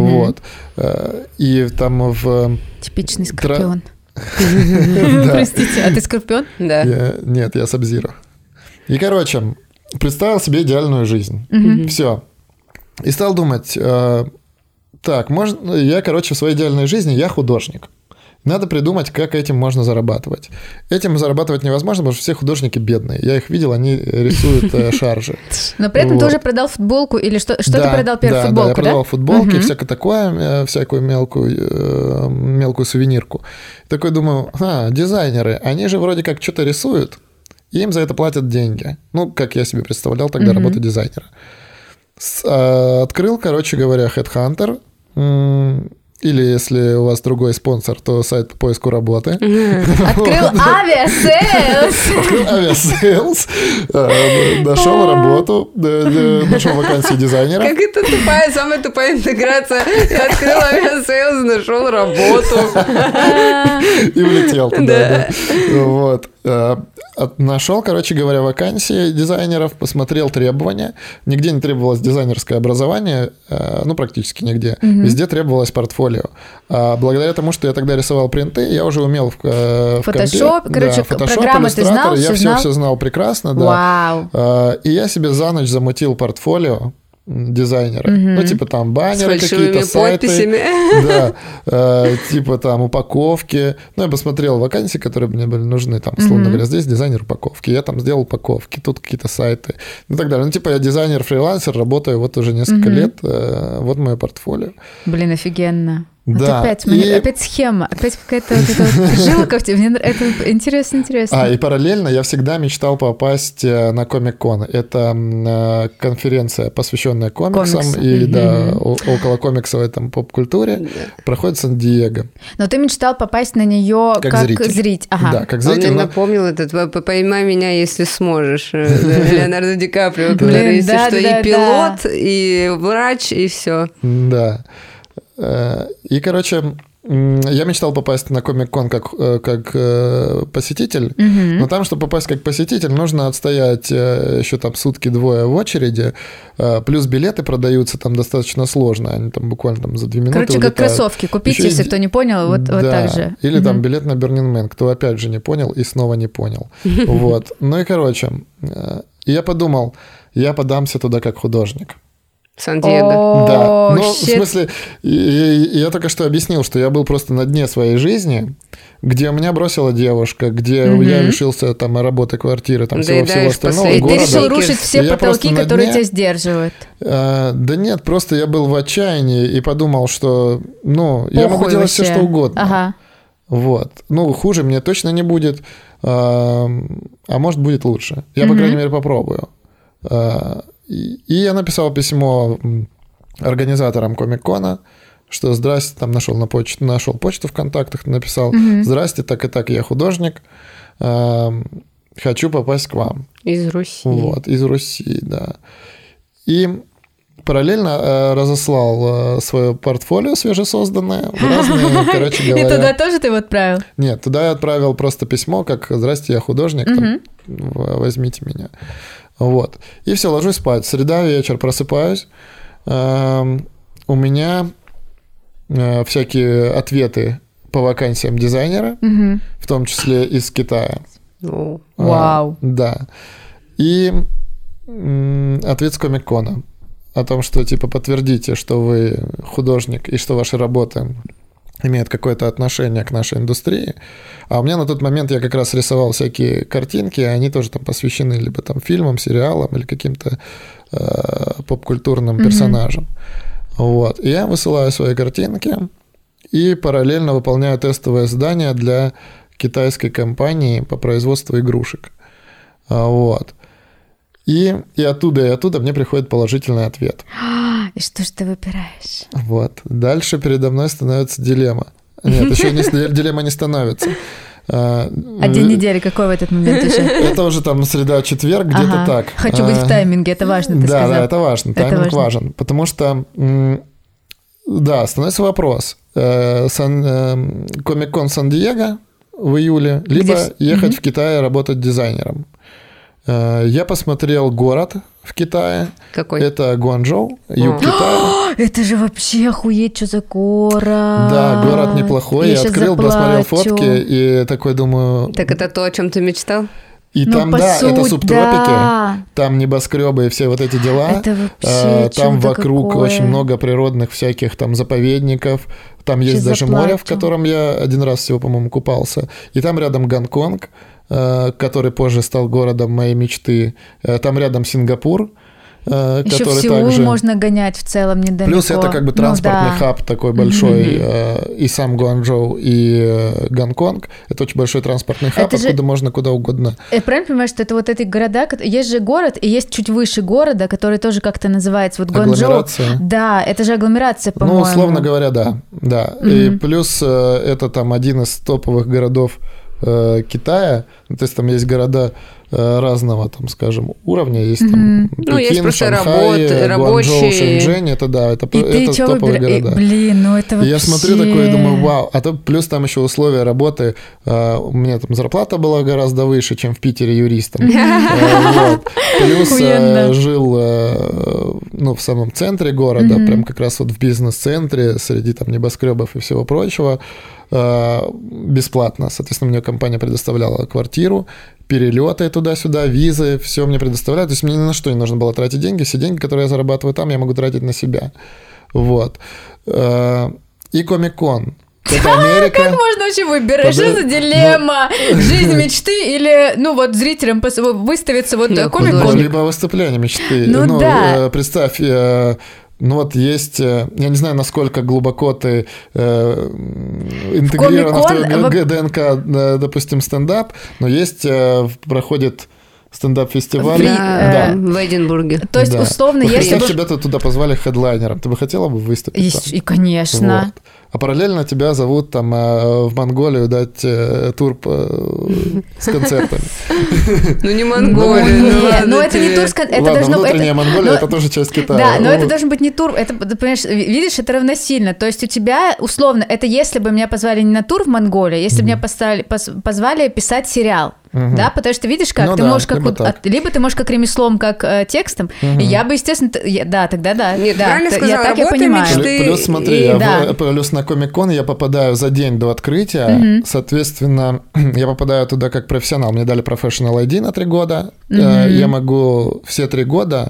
И там в... Типичный Скорпион. Простите, а ты Скорпион? Да. Нет, я Саб-Зиро. И, представил себе идеальную жизнь. Все. И стал думать, так, я, в своей идеальной жизни я художник. Надо придумать, как этим можно зарабатывать. Этим зарабатывать невозможно, потому что все художники бедные. Я их видел, они рисуют шаржи. Но при этом ты уже продал футболку или что? Что ты продал первую футболку, да? Я продавал футболки, всякое такое, всякую мелкую сувенирку. Такой думаю, дизайнеры, они же вроде как что-то рисуют, и им за это платят деньги. Как я себе представлял тогда работу дизайнера. Открыл, Headhunter, или если у вас другой спонсор, то сайт по поиску работы. Открыл авиасейлс. Нашел работу, нашел вакансию дизайнера. Как это самая тупая интеграция. Я открыл авиасейлс, нашел работу. И улетел туда. Вот. Нашел, вакансии дизайнеров, посмотрел требования. Нигде не требовалось дизайнерское образование, практически нигде. Везде требовалось портфолио. Благодаря тому, что я тогда рисовал принты, я уже умел в Photoshop, программы ты знал, я все знал прекрасно, да. Вау. И я себе за ночь замутил портфолио. дизайнеры. Ну, типа там баннеры какие-то, сайты. Да, типа там упаковки. Ну, я посмотрел вакансии, которые мне были нужны. Там, условно говоря, здесь дизайнер упаковки. Я там сделал упаковки, тут какие-то сайты. И так далее. Ну, типа я дизайнер-фрилансер, работаю вот уже несколько лет. Вот мое портфолио. Блин, офигенно. Да. Вот опять схема, опять какая-то вот жилка в тебе. Это интересно. И параллельно я всегда мечтал попасть на Комик-кон. Это конференция, посвященная комиксам, и около комиксовой там поп-культуре, проходит в Сан-Диего. Но ты мечтал попасть на нее как зритель. Ага. Да, как зритель. Он мне напомнил этот «Поймай меня, если сможешь» Леонардо Ди Каприо, который, что и пилот, и врач, и все. Да. И, короче, я мечтал попасть на Комик-кон как посетитель, но там, чтобы попасть как посетитель, нужно отстоять еще там сутки-двое в очереди, плюс билеты продаются там достаточно сложно, они там буквально там за 2 минуты Короче, улетают. как кроссовки купить, если кто не понял, вот так же. Или там билет на Burning Man, кто опять же не понял и снова не понял. Вот. Ну и, короче, я подумал, я подамся туда как художник. Сан-Диего. Да. Ну, в смысле, я только что объяснил, что я был просто на дне своей жизни, где меня бросила девушка, где я лишился там работы, квартиры, там всего остального. И ты решил рушить все потолки, которые тебя сдерживают. Да нет, просто я был в отчаянии и подумал, что, я могу делать все, что угодно. Ага. Вот. Хуже мне точно не будет, а может, будет лучше. Я, по крайней мере, попробую. И я написал письмо организаторам Комик-кона, что здрасте, там нашел почту в контактах, написал, здрасте, так и так, я художник, хочу попасть к вам. Из Руси. Вот, из Руси, да. И параллельно разослал свое портфолио свежесозданное в разные, короче говоря... И туда тоже ты его отправил? Нет, туда я отправил просто письмо, как «Здрасте, я художник, там, возьмите меня». Вот. И все, ложусь спать. Среда, вечер, просыпаюсь. У меня всякие ответы по вакансиям дизайнера, в том числе из Китая. Вау. Да. И ответ с Комик-кона о том, что типа подтвердите, что вы художник и что ваши работы имеют какое-то отношение к нашей индустрии. А у меня на тот момент я как раз рисовал всякие картинки, они тоже там посвящены либо там фильмам, сериалам или каким-то поп-культурным персонажам. Вот. И я высылаю свои картинки и параллельно выполняю тестовое задание для китайской компании по производству игрушек. Вот. И оттуда мне приходит положительный ответ. И что же ты выбираешь? Вот. Дальше передо мной становится дилемма. Нет, еще дилемма не становится. День недели какой в этот момент уже? Это уже там среда-четверг, где-то так. Хочу быть в тайминге, это важно, ты сказал. Да, это важно, тайминг важен. Потому что, да, становится вопрос. Комик-кон Сан-Диего в июле, либо ехать в Китай работать дизайнером. Я посмотрел город в Китае. Какой? Это Гуанчжоу, юг Китая. Это же вообще охуеть, что за город. Да, город неплохой. Я открыл, посмотрел фотки и такой думаю... Так это то, о чем ты мечтал? И там, да, это субтропики, там небоскребы и все вот эти дела. Это вообще там вокруг какое? очень много природных всяких там заповедников. Там есть даже море, в котором я один раз всего, по-моему, купался. И там рядом Гонконг, который позже стал городом моей мечты. Там рядом Сингапур, еще который в Сеул также... можно гонять в целом недалеко. Плюс это как бы транспортный хаб такой большой, и сам Гуанчжоу, и Гонконг. Это очень большой транспортный хаб, откуда можно куда угодно. Я правильно понимаю, что это вот эти города, есть же город, и есть чуть выше города, который тоже как-то называется, вот Гуанчжоу. Агломерация. Да, это же агломерация, по-моему. Ну, условно говоря, да. И плюс это там один из топовых городов Китая, то есть там есть города разного, там, скажем, уровня, есть там Пекин, Шанхай, Гуанчжоу, Шэньчжэнь, это топовые города. Блин, ну это вообще... И я смотрю такой и думаю, вау, а то плюс там еще условия работы, у меня там зарплата была гораздо выше, чем в Питере юристом. Плюс жил ну, в самом центре города, прям как раз вот в бизнес-центре, среди там небоскребов и всего прочего, бесплатно. Соответственно, мне компания предоставляла квартиру, перелеты туда-сюда, визы, все мне предоставляют. То есть мне ни на что не нужно было тратить деньги. Все деньги, которые я зарабатываю там, я могу тратить на себя. Вот. И Комик-кон. Это Америка. Как можно вообще выбирать? Что за дилемма? Жизнь мечты или, ну вот, зрителям выставится вот Комик-кон? Либо выступление мечты. Ну да. Представь, ну вот есть, я не знаю, насколько глубоко ты интегрирована в твою ДНК, допустим, стендап, но есть, проходит стендап-фестиваль. Да, в Эдинбурге. То есть, условно, если бы... тебя туда позвали хедлайнером, ты бы хотела бы выступить там? И, конечно. Вот. А параллельно тебя зовут там в Монголию дать тур с концертами. Ну, не Монголия. Ну, это не тур, это должно быть... внутренняя Монголия, это тоже часть Китая. Да, но это должен быть не тур, это, понимаешь, видишь, это равносильно. То есть у тебя, условно, это если бы меня позвали не на тур в Монголию, если бы меня позвали писать сериал. Да, потому что ты видишь, как ты можешь как либо ты можешь как ремеслом, как текстом, и я бы, естественно, да, тогда да. Нет, правильно сказала, я так я понимаю. Плюс смотри, плюс на Комик-кон я попадаю за день до открытия, соответственно, я попадаю туда как профессионал. Мне дали Professional ID на 3 года, я могу все 3 года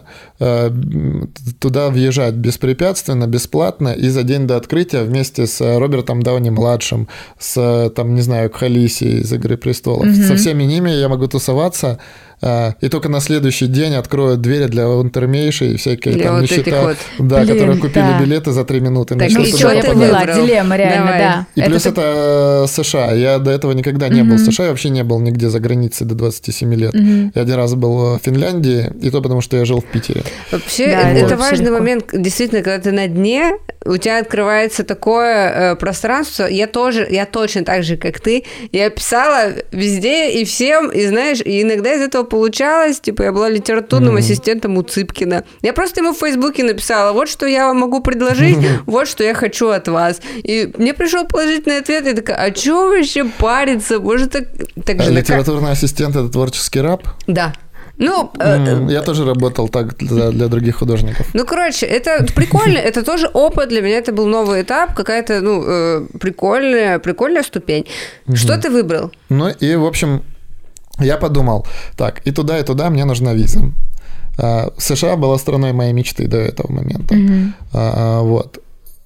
туда въезжать беспрепятственно, бесплатно, и за день до открытия вместе с Робертом Дауни-младшим, с, там, не знаю, Кхалиси из «Игры престолов», со всеми ними я могу тусоваться, и только на следующий день откроют двери для интермейши и всякие для там вот нищета, да, которые купили билеты за 3 минуты. Так, и что я поняла, дилемма реально, да. И плюс это США. Я до этого никогда не был в США, я вообще не был нигде за границей до 27 лет. Я один раз был в Финляндии, и то потому, что я жил в Питере. Вообще, это важный момент, действительно, когда ты на дне, у тебя открывается такое пространство. Я точно так же, как ты, я писала везде и всем, и знаешь, и иногда из этого получалось, типа, я была литературным ассистентом у Цыпкина. Я просто ему в Фейсбуке написала, вот что я вам могу предложить, вот что я хочу от вас. И мне пришел положительный ответ, я такая, а чё вообще париться? Может, так же... Литературный ассистент – это творческий раб? Да. Ну, я тоже работал так для других художников. Ну, короче, это прикольно, это тоже опыт, для меня это был новый этап, какая-то, ну, прикольная ступень. Что ты выбрал? Ну, и, в общем, я подумал, так, и туда мне нужна виза. США была страной моей мечты до этого момента. Вот.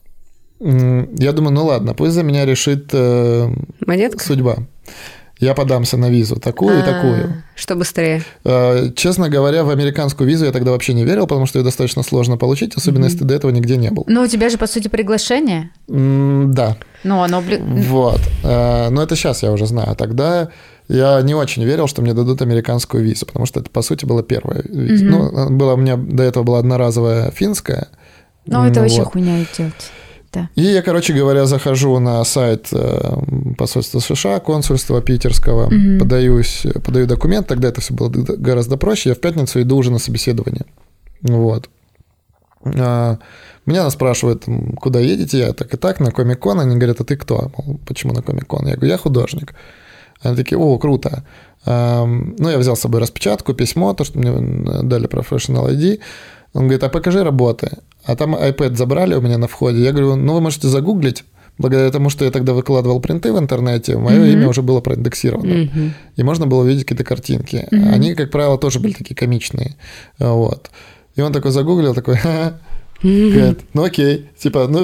Я думаю, ну ладно, пусть за меня решит судьба. Я подамся на визу такую и такую. Что быстрее? Честно говоря, в американскую визу я тогда вообще не верил, потому что ее достаточно сложно получить, особенно если ты до этого нигде не был. Но у тебя же, по сути, приглашение. Да. Ну, оно... Вот. Но это сейчас я уже знаю. Тогда я не очень верил, что мне дадут американскую визу, потому что это, по сути, была первая виза. Ну, у меня до этого была одноразовая финская. Ну, это вообще хуйня идет. Да. И я, короче говоря, захожу на сайт посольства США, консульства питерского, подаю документ, тогда это все было гораздо проще, я в пятницу иду уже на собеседование. Вот. Меня спрашивают, куда едете, я так и так, на Комик-кон, они говорят, а ты кто? Мол, почему на Комик-кон? Я говорю, я художник. Они такие, о, круто. Ну, я взял с собой распечатку, письмо, то, что мне дали Professional ID. Он говорит, а покажи работы. А там iPad забрали у меня на входе. Я говорю, ну, вы можете загуглить. Благодаря тому, что я тогда выкладывал принты в интернете, мое имя уже было проиндексировано. И можно было увидеть какие-то картинки. Они, как правило, тоже были такие комичные. Вот. И он такой загуглил, такой, говорит, ну окей, типа, ну,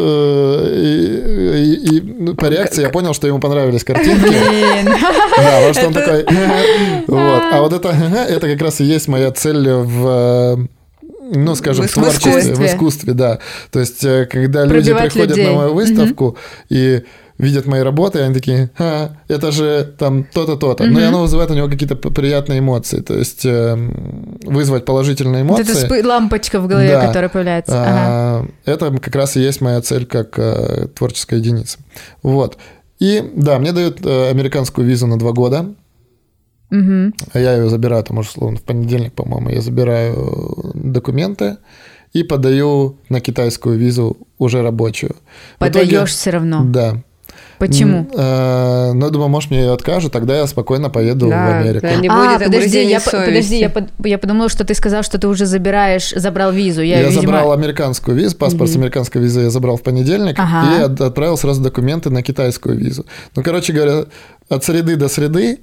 и по реакции я понял, что ему понравились картинки. Да, потому что он такой, вот. А вот это как раз и есть моя цель ну, скажем, в творчестве, в искусстве, да. То есть, когда люди приходят на мою выставку и видят мои работы, они такие, это же там то-то, то-то. Но оно вызывает у него какие-то приятные эмоции. То есть, вызвать положительные эмоции. Вот это лампочка в голове, да, которая появляется. Это как раз и есть моя цель как творческая единица. Вот. И, да, мне дают американскую визу на 2 года. Я ее забираю, там, условно, в понедельник, по-моему, я забираю документы и подаю на китайскую визу уже рабочую. Подаешь все равно? Да. Почему? Ну, думаю, может, мне ее откажут, тогда я спокойно поеду в Америку. Не будет подожди, я подумала, что ты сказал, что ты уже забрал визу. Я забрал американскую визу, паспорт с американской визой я забрал в понедельник и отправил сразу документы на китайскую визу. Ну, короче говоря, от среды до среды.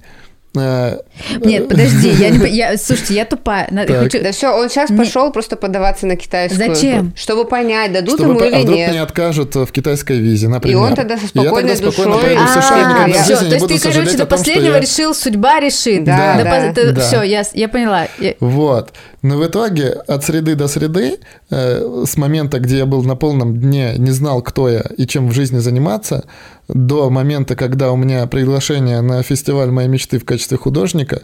Нет, подожди, слушайте, я тупая. Да все, он сейчас пошел просто подаваться на китайскую. Зачем? Чтобы понять, дадут ему или нет. А вдруг меня откажут в китайской визе, например. И он тогда со спокойной душой. Поеду в США, и никогда в жизни не буду сожалеть о том, что... То есть ты, короче, до последнего решил, судьба решит. Да. Все, я поняла. Вот. Но в итоге от среды до среды, с момента, где я был на полном дне, не знал, кто я и чем в жизни заниматься, до момента, когда у меня приглашение на фестиваль моей мечты в качестве художника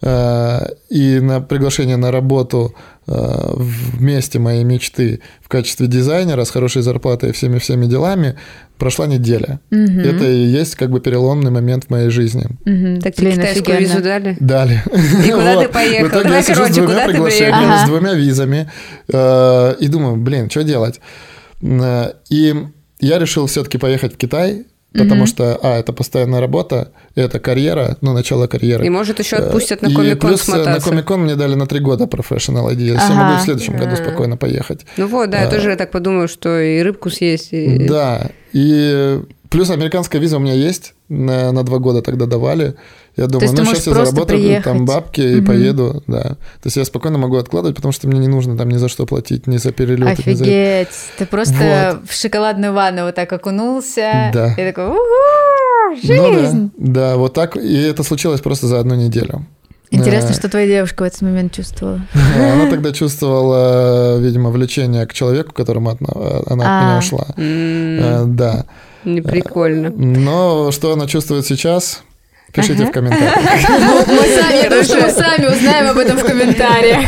и на приглашение на работу в месте моей мечты в качестве дизайнера с хорошей зарплатой и всеми делами, прошла неделя. Это и есть как бы переломный момент в моей жизни. Так тебе китайскую визу дали? Дали. И куда ты поехал? В итоге я сижу с двумя приглашениями, с двумя визами и думаю, что делать? И я решил все-таки поехать в Китай, потому что, это постоянная работа, это карьера, начало карьеры. И, может, еще отпустят на Комик-кон смотаться. На Комик-кон мне дали на 3 года Professional ID. Я могу в следующем году спокойно поехать. Ну вот, да, я тоже так подумаю, что и рыбку съесть. Да, и плюс американская виза у меня есть, на 2 года тогда давали. Я думаю, сейчас я заработаю там бабки и поеду, да. То есть я спокойно могу откладывать, потому что мне не нужно там ни за что платить, ни за перелет. Офигеть, ты просто в шоколадную ванну вот так окунулся, да. И такой, жизнь! Да, вот так, и это случилось просто за 1 неделю. Интересно, что твоя девушка в этот момент чувствовала? Она тогда чувствовала, видимо, влечение к человеку, к которому она от меня ушла. Да. Неприкольно. Но что она чувствует сейчас... Пишите в комментариях. Мы сами узнаем об этом в комментариях.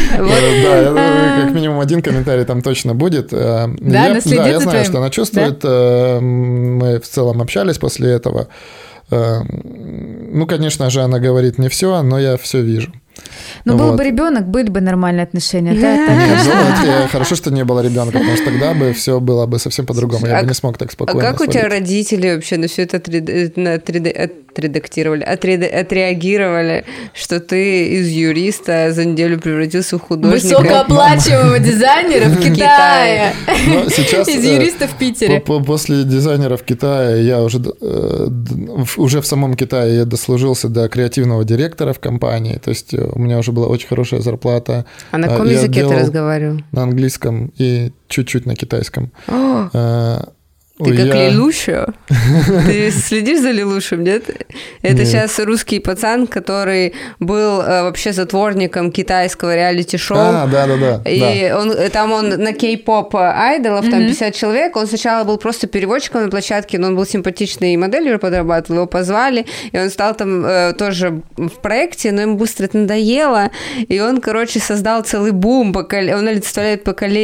Да, как минимум 1 комментарий там точно будет. Да, она следит за твоим. Я знаю, что она чувствует. Мы в целом общались после этого. Ну, конечно же, она говорит не все, но я все вижу. Ну, был бы ребенок, были бы нормальные отношения. Хорошо, что не было ребенка, потому что тогда бы все было бы совсем по-другому. Я бы не смог так спокойно. А как у тебя родители вообще на все это отреагировали, что ты из юриста за неделю превратился в художника? Высокооплачиваемого дизайнера в Китае. Из юриста в Питере. После дизайнера в Китае я уже в самом Китае я дослужился до креативного директора в компании. То есть у меня уже была очень хорошая зарплата. А на каком языке ты разговаривал? На английском и чуть-чуть на китайском. Ты как Лилуша? Ты следишь за Лилушем, нет? Это сейчас русский пацан, который был вообще затворником китайского реалити-шоу. Да. И он на кей-поп айдолов, там 50 человек. Он сначала был просто переводчиком на площадке, но он был симпатичный и моделью подрабатывал. Его позвали, и он стал там тоже в проекте, но ему быстро это надоело. И он, короче, создал целый бум. Он олицетворяет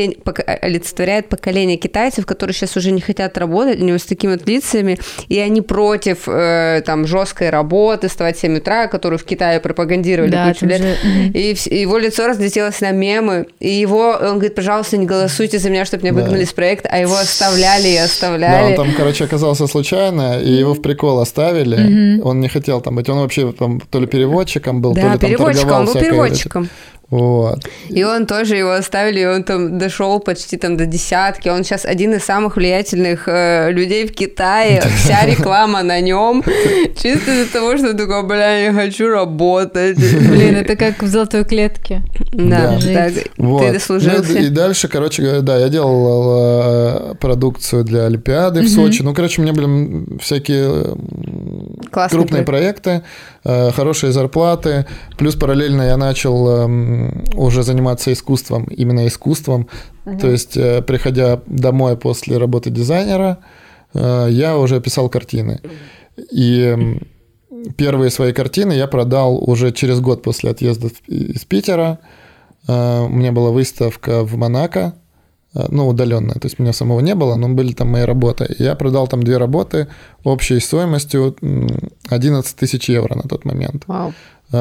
поколение китайцев, которые сейчас уже не хотят работать, у него с такими вот лицами, и они против там жесткой работы, вставать в 7 утра, которую в Китае пропагандировали кучу лет. И его лицо разлетелось на мемы, и он говорит, пожалуйста, не голосуйте за меня, чтобы меня выгнали с проекта, а его оставляли и оставляли. Да, он там, короче, оказался случайно, и его в прикол оставили, он не хотел там быть, он вообще там то ли переводчиком был, то ли там торговал. Он был переводчиком. Вот. И он тоже его оставили, и он там дошел почти там до 10. Он сейчас один из самых влиятельных людей в Китае. Вся реклама на нем. Чисто из-за того, что такой, я не хочу работать. Блин, это как в «Золотой клетке». Да, так, вот. Ты дослужился. И дальше, короче говоря, да, я делал продукцию для Олимпиады в Сочи. Ну, короче, у меня были всякие крупные проекты, хорошие зарплаты. Плюс параллельно я начал уже заниматься искусством, именно искусством. То есть, приходя домой после работы дизайнера, я уже писал картины. И первые свои картины я продал уже через год после отъезда из Питера. У меня была выставка в Монако, удаленная, то есть меня самого не было, но были там мои работы. И я продал там 2 работы общей стоимостью 11 тысяч евро на тот момент. Вау.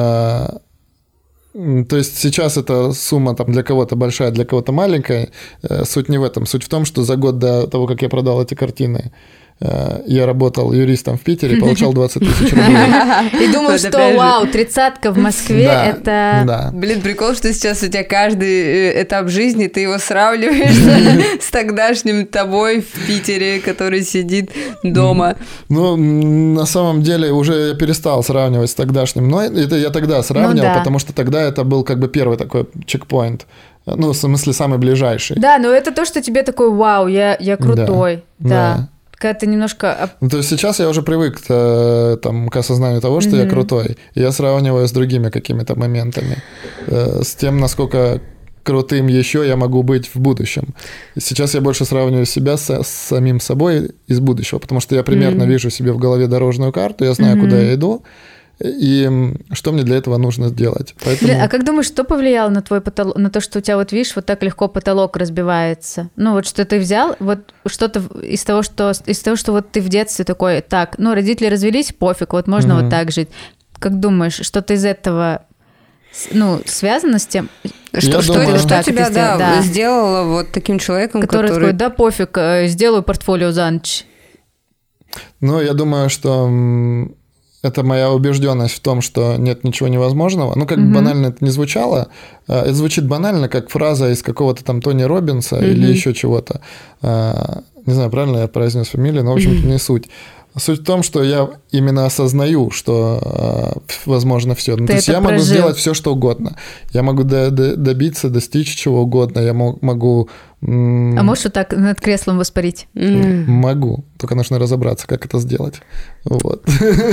То есть сейчас эта сумма там для кого-то большая, для кого-то маленькая. Суть не в этом. Суть в том, что за год до того, как я продал эти картины, я работал юристом в Питере, получал 20 тысяч рублей. И думал, что вау, 30-ка в Москве, это... Да. Блин, прикол, что сейчас у тебя каждый этап жизни, ты его сравниваешь с тогдашним тобой в Питере, который сидит дома. Ну, на самом деле, уже я перестал сравнивать с тогдашним, но это я тогда сравнивал, потому что тогда это был как бы первый такой чекпоинт. Ну, в смысле, самый ближайший. Да, но это то, что тебе такой, вау, я крутой. Да. Когда ты немножко... Ну, то есть сейчас я уже привык к осознанию того, что я крутой. И я сравниваю с другими какими-то моментами. С тем, насколько крутым еще я могу быть в будущем. Сейчас я больше сравниваю себя с самим собой из будущего, потому что я примерно вижу себе в голове дорожную карту, я знаю, куда я иду, и что мне для этого нужно сделать. Поэтому... А как думаешь, что повлияло на твой потолок, на то, что у тебя вот, видишь, вот так легко потолок разбивается? Ну вот что ты взял, вот что-то из того, что вот ты в детстве такой, так, ну родители развелись, пофиг, вот можно вот так жить. Как думаешь, что-то из этого, ну, связано с тем, что тебя сделало вот таким человеком, который такой, да пофиг, сделаю портфолио за ночь? Ну, я думаю, что... Это моя убежденность в том, что нет ничего невозможного. Ну, как бы банально это не звучало, это звучит банально, как фраза из какого-то там Тони Роббинса или еще чего-то. Не знаю, правильно я произнес фамилию, но, в общем-то, не суть. Суть в том, что я именно осознаю, что возможно все. Ну, то есть я могу сделать все, что угодно. Я могу добиться, достичь чего угодно. Я могу... А можешь вот так над креслом воспарить? Могу. Только нужно разобраться, как это сделать. Вот.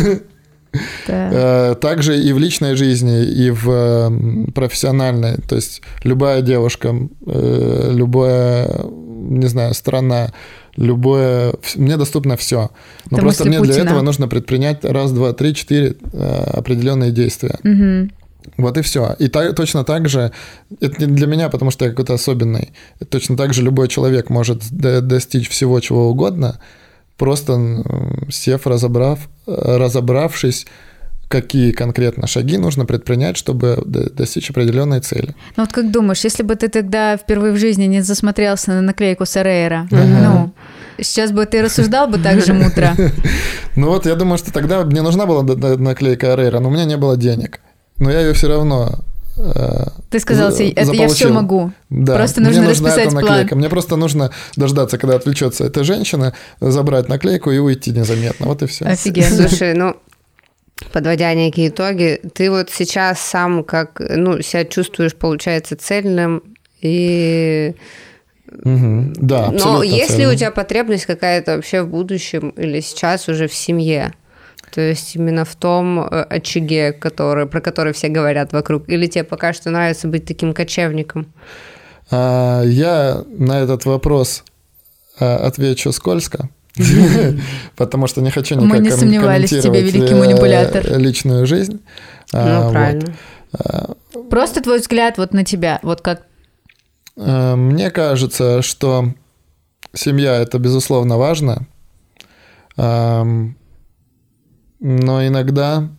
Да. Также и в личной жизни, и в профессиональной. То есть любая девушка, любая, не знаю, страна, любое... Мне доступно все. Но это просто мне для этого нужно предпринять 1, 2, 3, 4 определенные действия. Вот и все. И точно так же, это не для меня, потому что я какой-то особенный, точно так же любой человек может достичь всего, чего угодно, просто сев, разобравшись, какие конкретно шаги нужно предпринять, чтобы достичь определенной цели. Ну вот как думаешь, если бы ты тогда впервые в жизни не засмотрелся на наклейку Сарейра, ну, сейчас бы ты рассуждал бы так же мудро? Ну вот, я думаю, что тогда мне нужна была наклейка Арейра, но у меня не было денег. Но я ее все равно Ты сказал себе, это заполучил. Я все могу. Да, просто нужно расписать план. Мне просто нужно дождаться, когда отвлечется эта женщина, забрать наклейку и уйти незаметно. Вот и все. Офигенно. Слушай, ну, подводя некие итоги, ты вот сейчас сам как, ну, себя чувствуешь, получается, цельным и... Да, но есть ли у тебя потребность какая-то вообще в будущем или сейчас уже в семье? То есть именно в том очаге, про который все говорят вокруг? Или тебе пока что нравится быть таким кочевником? Я на этот вопрос отвечу скользко, потому что не хочу никак комментировать личную жизнь. Ну, правильно. Просто твой взгляд вот на тебя, вот как... Мне кажется, что семья – это, безусловно, важно, но иногда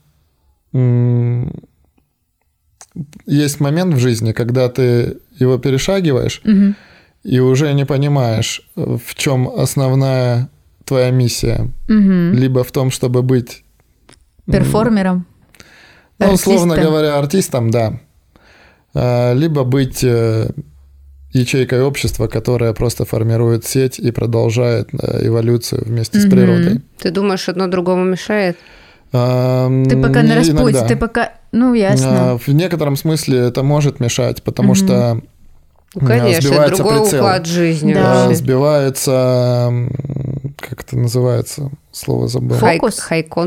есть момент в жизни, когда ты его перешагиваешь и уже не понимаешь, в чем основная твоя миссия. Либо в том, чтобы быть... перформером, ну, условно говоря, артистом, да. Либо быть ячейкой общества, которая просто формирует сеть и продолжает эволюцию вместе с природой. Ты думаешь, одно другому мешает? Ты пока на распутье, ты пока... Ну, ясно. В некотором смысле это может мешать, потому что конечно, сбивается другой прицел. уклад жизни. Да. Сбивается... Как это называется? Слово забыл. Фокус?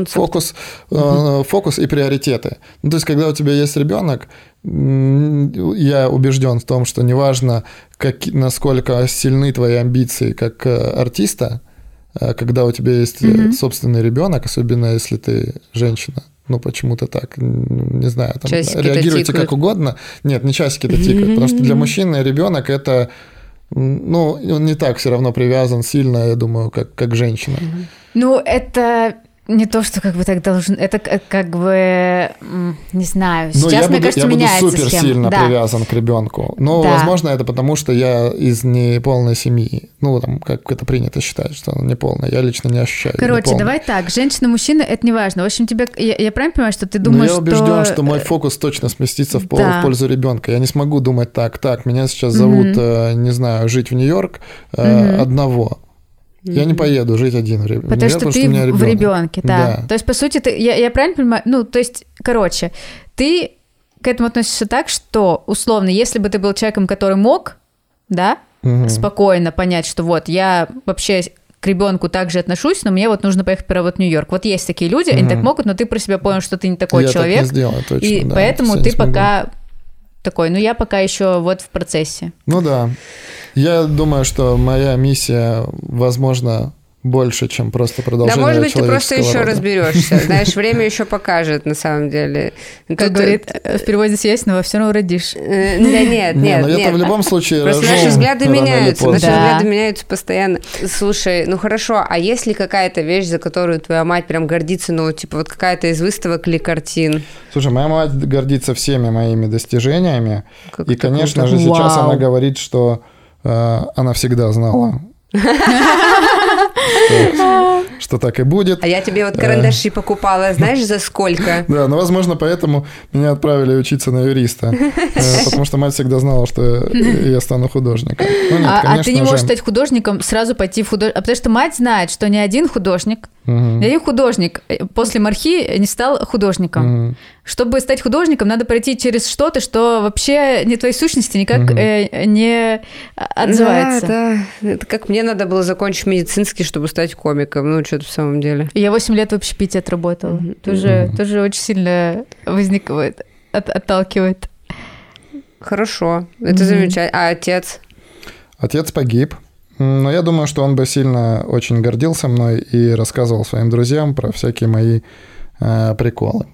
Фокус и приоритеты. Ну, то есть, когда у тебя есть ребенок, я убежден в том, что неважно, насколько сильны твои амбиции как артиста, когда у тебя есть собственный ребенок, особенно если ты женщина, ну, почему-то так, не знаю, там, реагируйте как угодно. Нет, не часики-то тикают, потому что для мужчины ребенок это... Ну, он не так все равно привязан сильно, я думаю, как женщина. Ну, это Не то, что как бы так должен... Это как бы... Не знаю. Сейчас, мне кажется, меняется схема. Я буду супер сильно привязан к ребенку. Но, возможно, это потому, что я из неполной семьи. Ну, там, как это принято считать, что она неполная. Я лично не ощущаю. Короче, давай так. Женщина, мужчина, это не важно. В общем, тебе... Я правильно понимаю, что ты думаешь, что... Я убежден, что мой фокус точно сместится в пользу ребенка. Я не смогу думать так, меня сейчас зовут, не знаю, жить в Нью-Йорк одного. Я не поеду жить один в Нью-Йорк, потому что ты в ребенке, да. То есть, по сути, я правильно понимаю? Ну, то есть, короче, ты к этому относишься так, что, условно, если бы ты был человеком, который мог, да, спокойно понять, что вот, я вообще к ребенку также отношусь, но мне вот нужно поехать поработать в Нью-Йорк. Вот есть такие люди, они так могут, но ты про себя понял, что ты не такой человек. Я так не сделаю, точно, и поэтому ты пока... Такой, я пока еще вот в процессе. Ну да. Я думаю, что моя миссия, возможно, больше, чем просто продолжение человеческого рода. Да, может быть, ты просто еще рода. разберешься. Знаешь, время еще покажет, на самом деле. Как говорит, в переводе с Ясенова, все равно родишь. Нет. Я-то в любом случае просто наши взгляды меняются. Наши взгляды меняются постоянно. Слушай, хорошо, а есть ли какая-то вещь, за которую твоя мать прям гордится, типа вот какая-то из выставок или картин? Слушай, моя мать гордится всеми моими достижениями. И, конечно же, сейчас она говорит, что она всегда знала, что так и будет. А я тебе вот карандаши покупала, знаешь, за сколько? Да, возможно, поэтому меня отправили учиться на юриста, потому что мать всегда знала, что я стану художником. А ты не можешь стать художником, сразу пойти в художник, потому что мать знает, что ни один художник после мархи не стал художником. Чтобы стать художником, надо пройти через что-то, что вообще не твоей сущности никак не отзывается. Да. Это как мне надо было закончить медицинский, чтобы стать комиком. Что-то в самом деле. Я 8 лет в общепите отработала. Тоже очень сильно возникает, отталкивает. Хорошо. Это замечательно. А отец? Отец погиб. Но я думаю, что он бы сильно очень гордился мной и рассказывал своим друзьям про всякие мои приколы.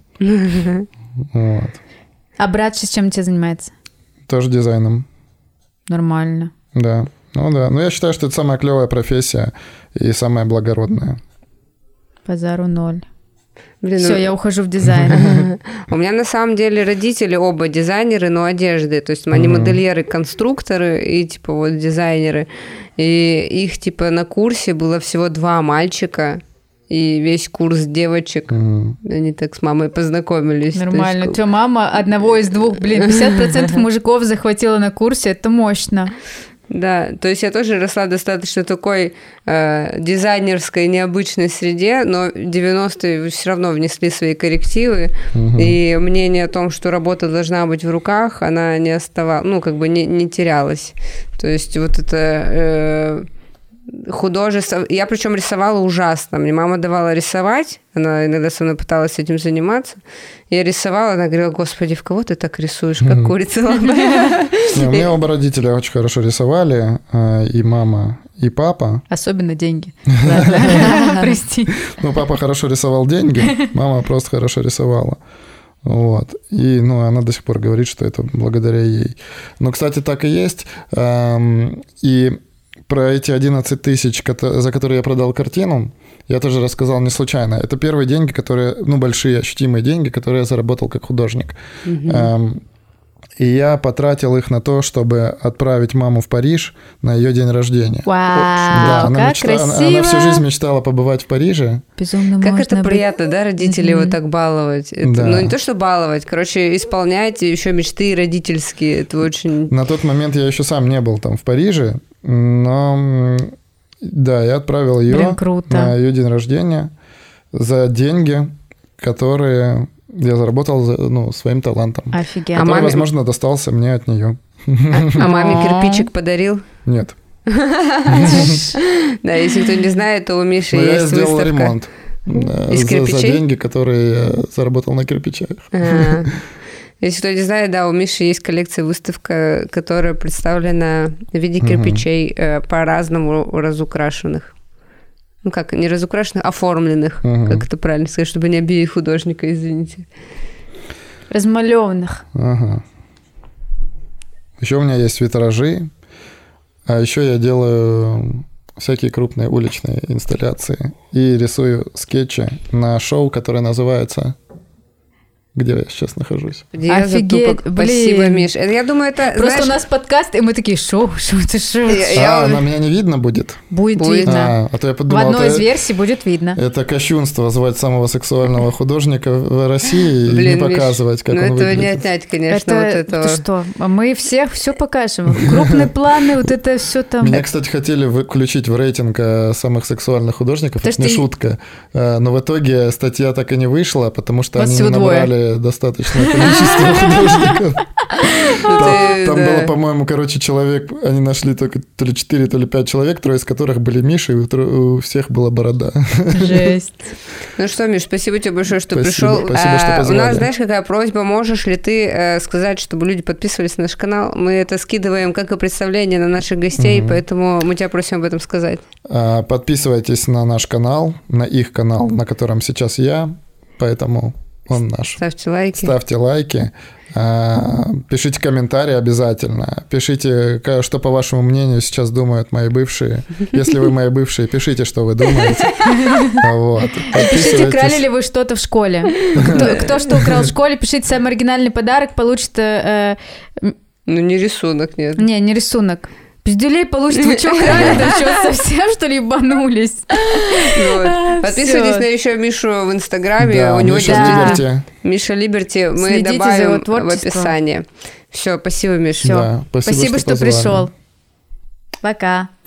Вот. А брат сейчас чем тебе занимается? Тоже дизайном. Нормально. Да. Но я считаю, что это самая клевая профессия и самая благородная. Базару ноль. Все, я ухожу в дизайн. У меня на самом деле родители оба дизайнеры, но одежды. То есть они модельеры, конструкторы и типа вот дизайнеры. И их типа на курсе было всего 2 мальчика. И весь курс девочек. Они так с мамой познакомились. Нормально. Что, мама одного из 2, 50% мужиков захватила на курсе. Это мощно. Да, то есть я тоже росла достаточно такой дизайнерской необычной среде, но 90-е все равно внесли свои коррективы, и мнение о том, что работа должна быть в руках, она не оставалась, не терялась. То есть вот это художество... Я причем рисовала ужасно. Мне мама давала рисовать, она иногда со мной пыталась этим заниматься. Я рисовала, она говорила: господи, в кого ты так рисуешь, как курица ломая? У меня оба родителя очень хорошо рисовали, и мама, и папа. Особенно деньги. Прости. Папа хорошо рисовал деньги, мама просто хорошо рисовала. Вот. И она до сих пор говорит, что это благодаря ей. Но, кстати, так и есть. И про эти 11 тысяч, за которые я продал картину, я тоже рассказал не случайно. Это первые деньги, которые, большие ощутимые деньги, которые я заработал как художник. И я потратил их на то, чтобы отправить маму в Париж на ее день рождения. Вау, как красиво! Она всю жизнь мечтала побывать в Париже. Безумно как можно это приятно, да, родителей вот так баловать. Это, не то, что баловать, исполнять еще мечты родительские. Это очень... На тот момент я еще сам не был там в Париже, но да, я отправил ее на ее день рождения за деньги, которые... Я заработал своим талантом. Офигенно. Который, возможно, достался мне от нее. А маме кирпичик подарил? Нет. Да, если кто не знает, то у Миши есть выставка. Я сделал ремонт за деньги, которые я заработал на кирпичах. Если кто не знает, да, у Миши есть коллекция, выставка, которая представлена в виде кирпичей по-разному разукрашенных. Не разукрашенных, оформленных, как это правильно сказать, чтобы не обидеть художника, извините. Размалёванных. Ага. Еще у меня есть витражи, а еще я делаю всякие крупные уличные инсталляции и рисую скетчи на шоу, которое называется... Где я сейчас нахожусь? Офигеть, Спасибо, Миш. Я думаю, это... Просто у нас подкаст, и мы такие, шоу. На меня не видно будет? Будет видно. А то я подумал, в одной из версий будет видно. Это кощунство звать самого сексуального художника в России и не показывать, как он выглядит. этого не отнять, конечно, вот этого. Ты что? Мы все покажем. Крупные планы, вот это все там. Меня, кстати, хотели включить в рейтинг самых сексуальных художников. Это не шутка. Но в итоге статья так и не вышла, потому что они не набрали достаточное количество художников. Там было, по-моему, человек, они нашли только то ли 4, то ли 5 человек, 3 из которых были Миши, и у всех была борода. Жесть. Ну что, Миш, спасибо тебе большое, что пришел. Спасибо, что позвали. У нас, знаешь, какая просьба? Можешь ли ты сказать, чтобы люди подписывались на наш канал? Мы это скидываем, как и представление, на наших гостей, поэтому мы тебя просим об этом сказать. Подписывайтесь на наш канал, на их канал, на котором сейчас я, поэтому... Он наш. Ставьте лайки. Пишите комментарии обязательно. Пишите, что, по вашему мнению, сейчас думают мои бывшие. Если вы мои бывшие, пишите, что вы думаете. Пишите, крали ли вы что-то в школе. Кто что украл в школе, пишите самый оригинальный подарок, получит... Ну, не рисунок, нет. Не рисунок. Пиздюлей получит, вы что, крали? Да что, совсем, что ли, ебанулись? Подписывайтесь на еще Мишу в Инстаграме. У него Миша Либерти. Мы добавим в описании. Все, спасибо, Миша. Спасибо, что пришел. Пока.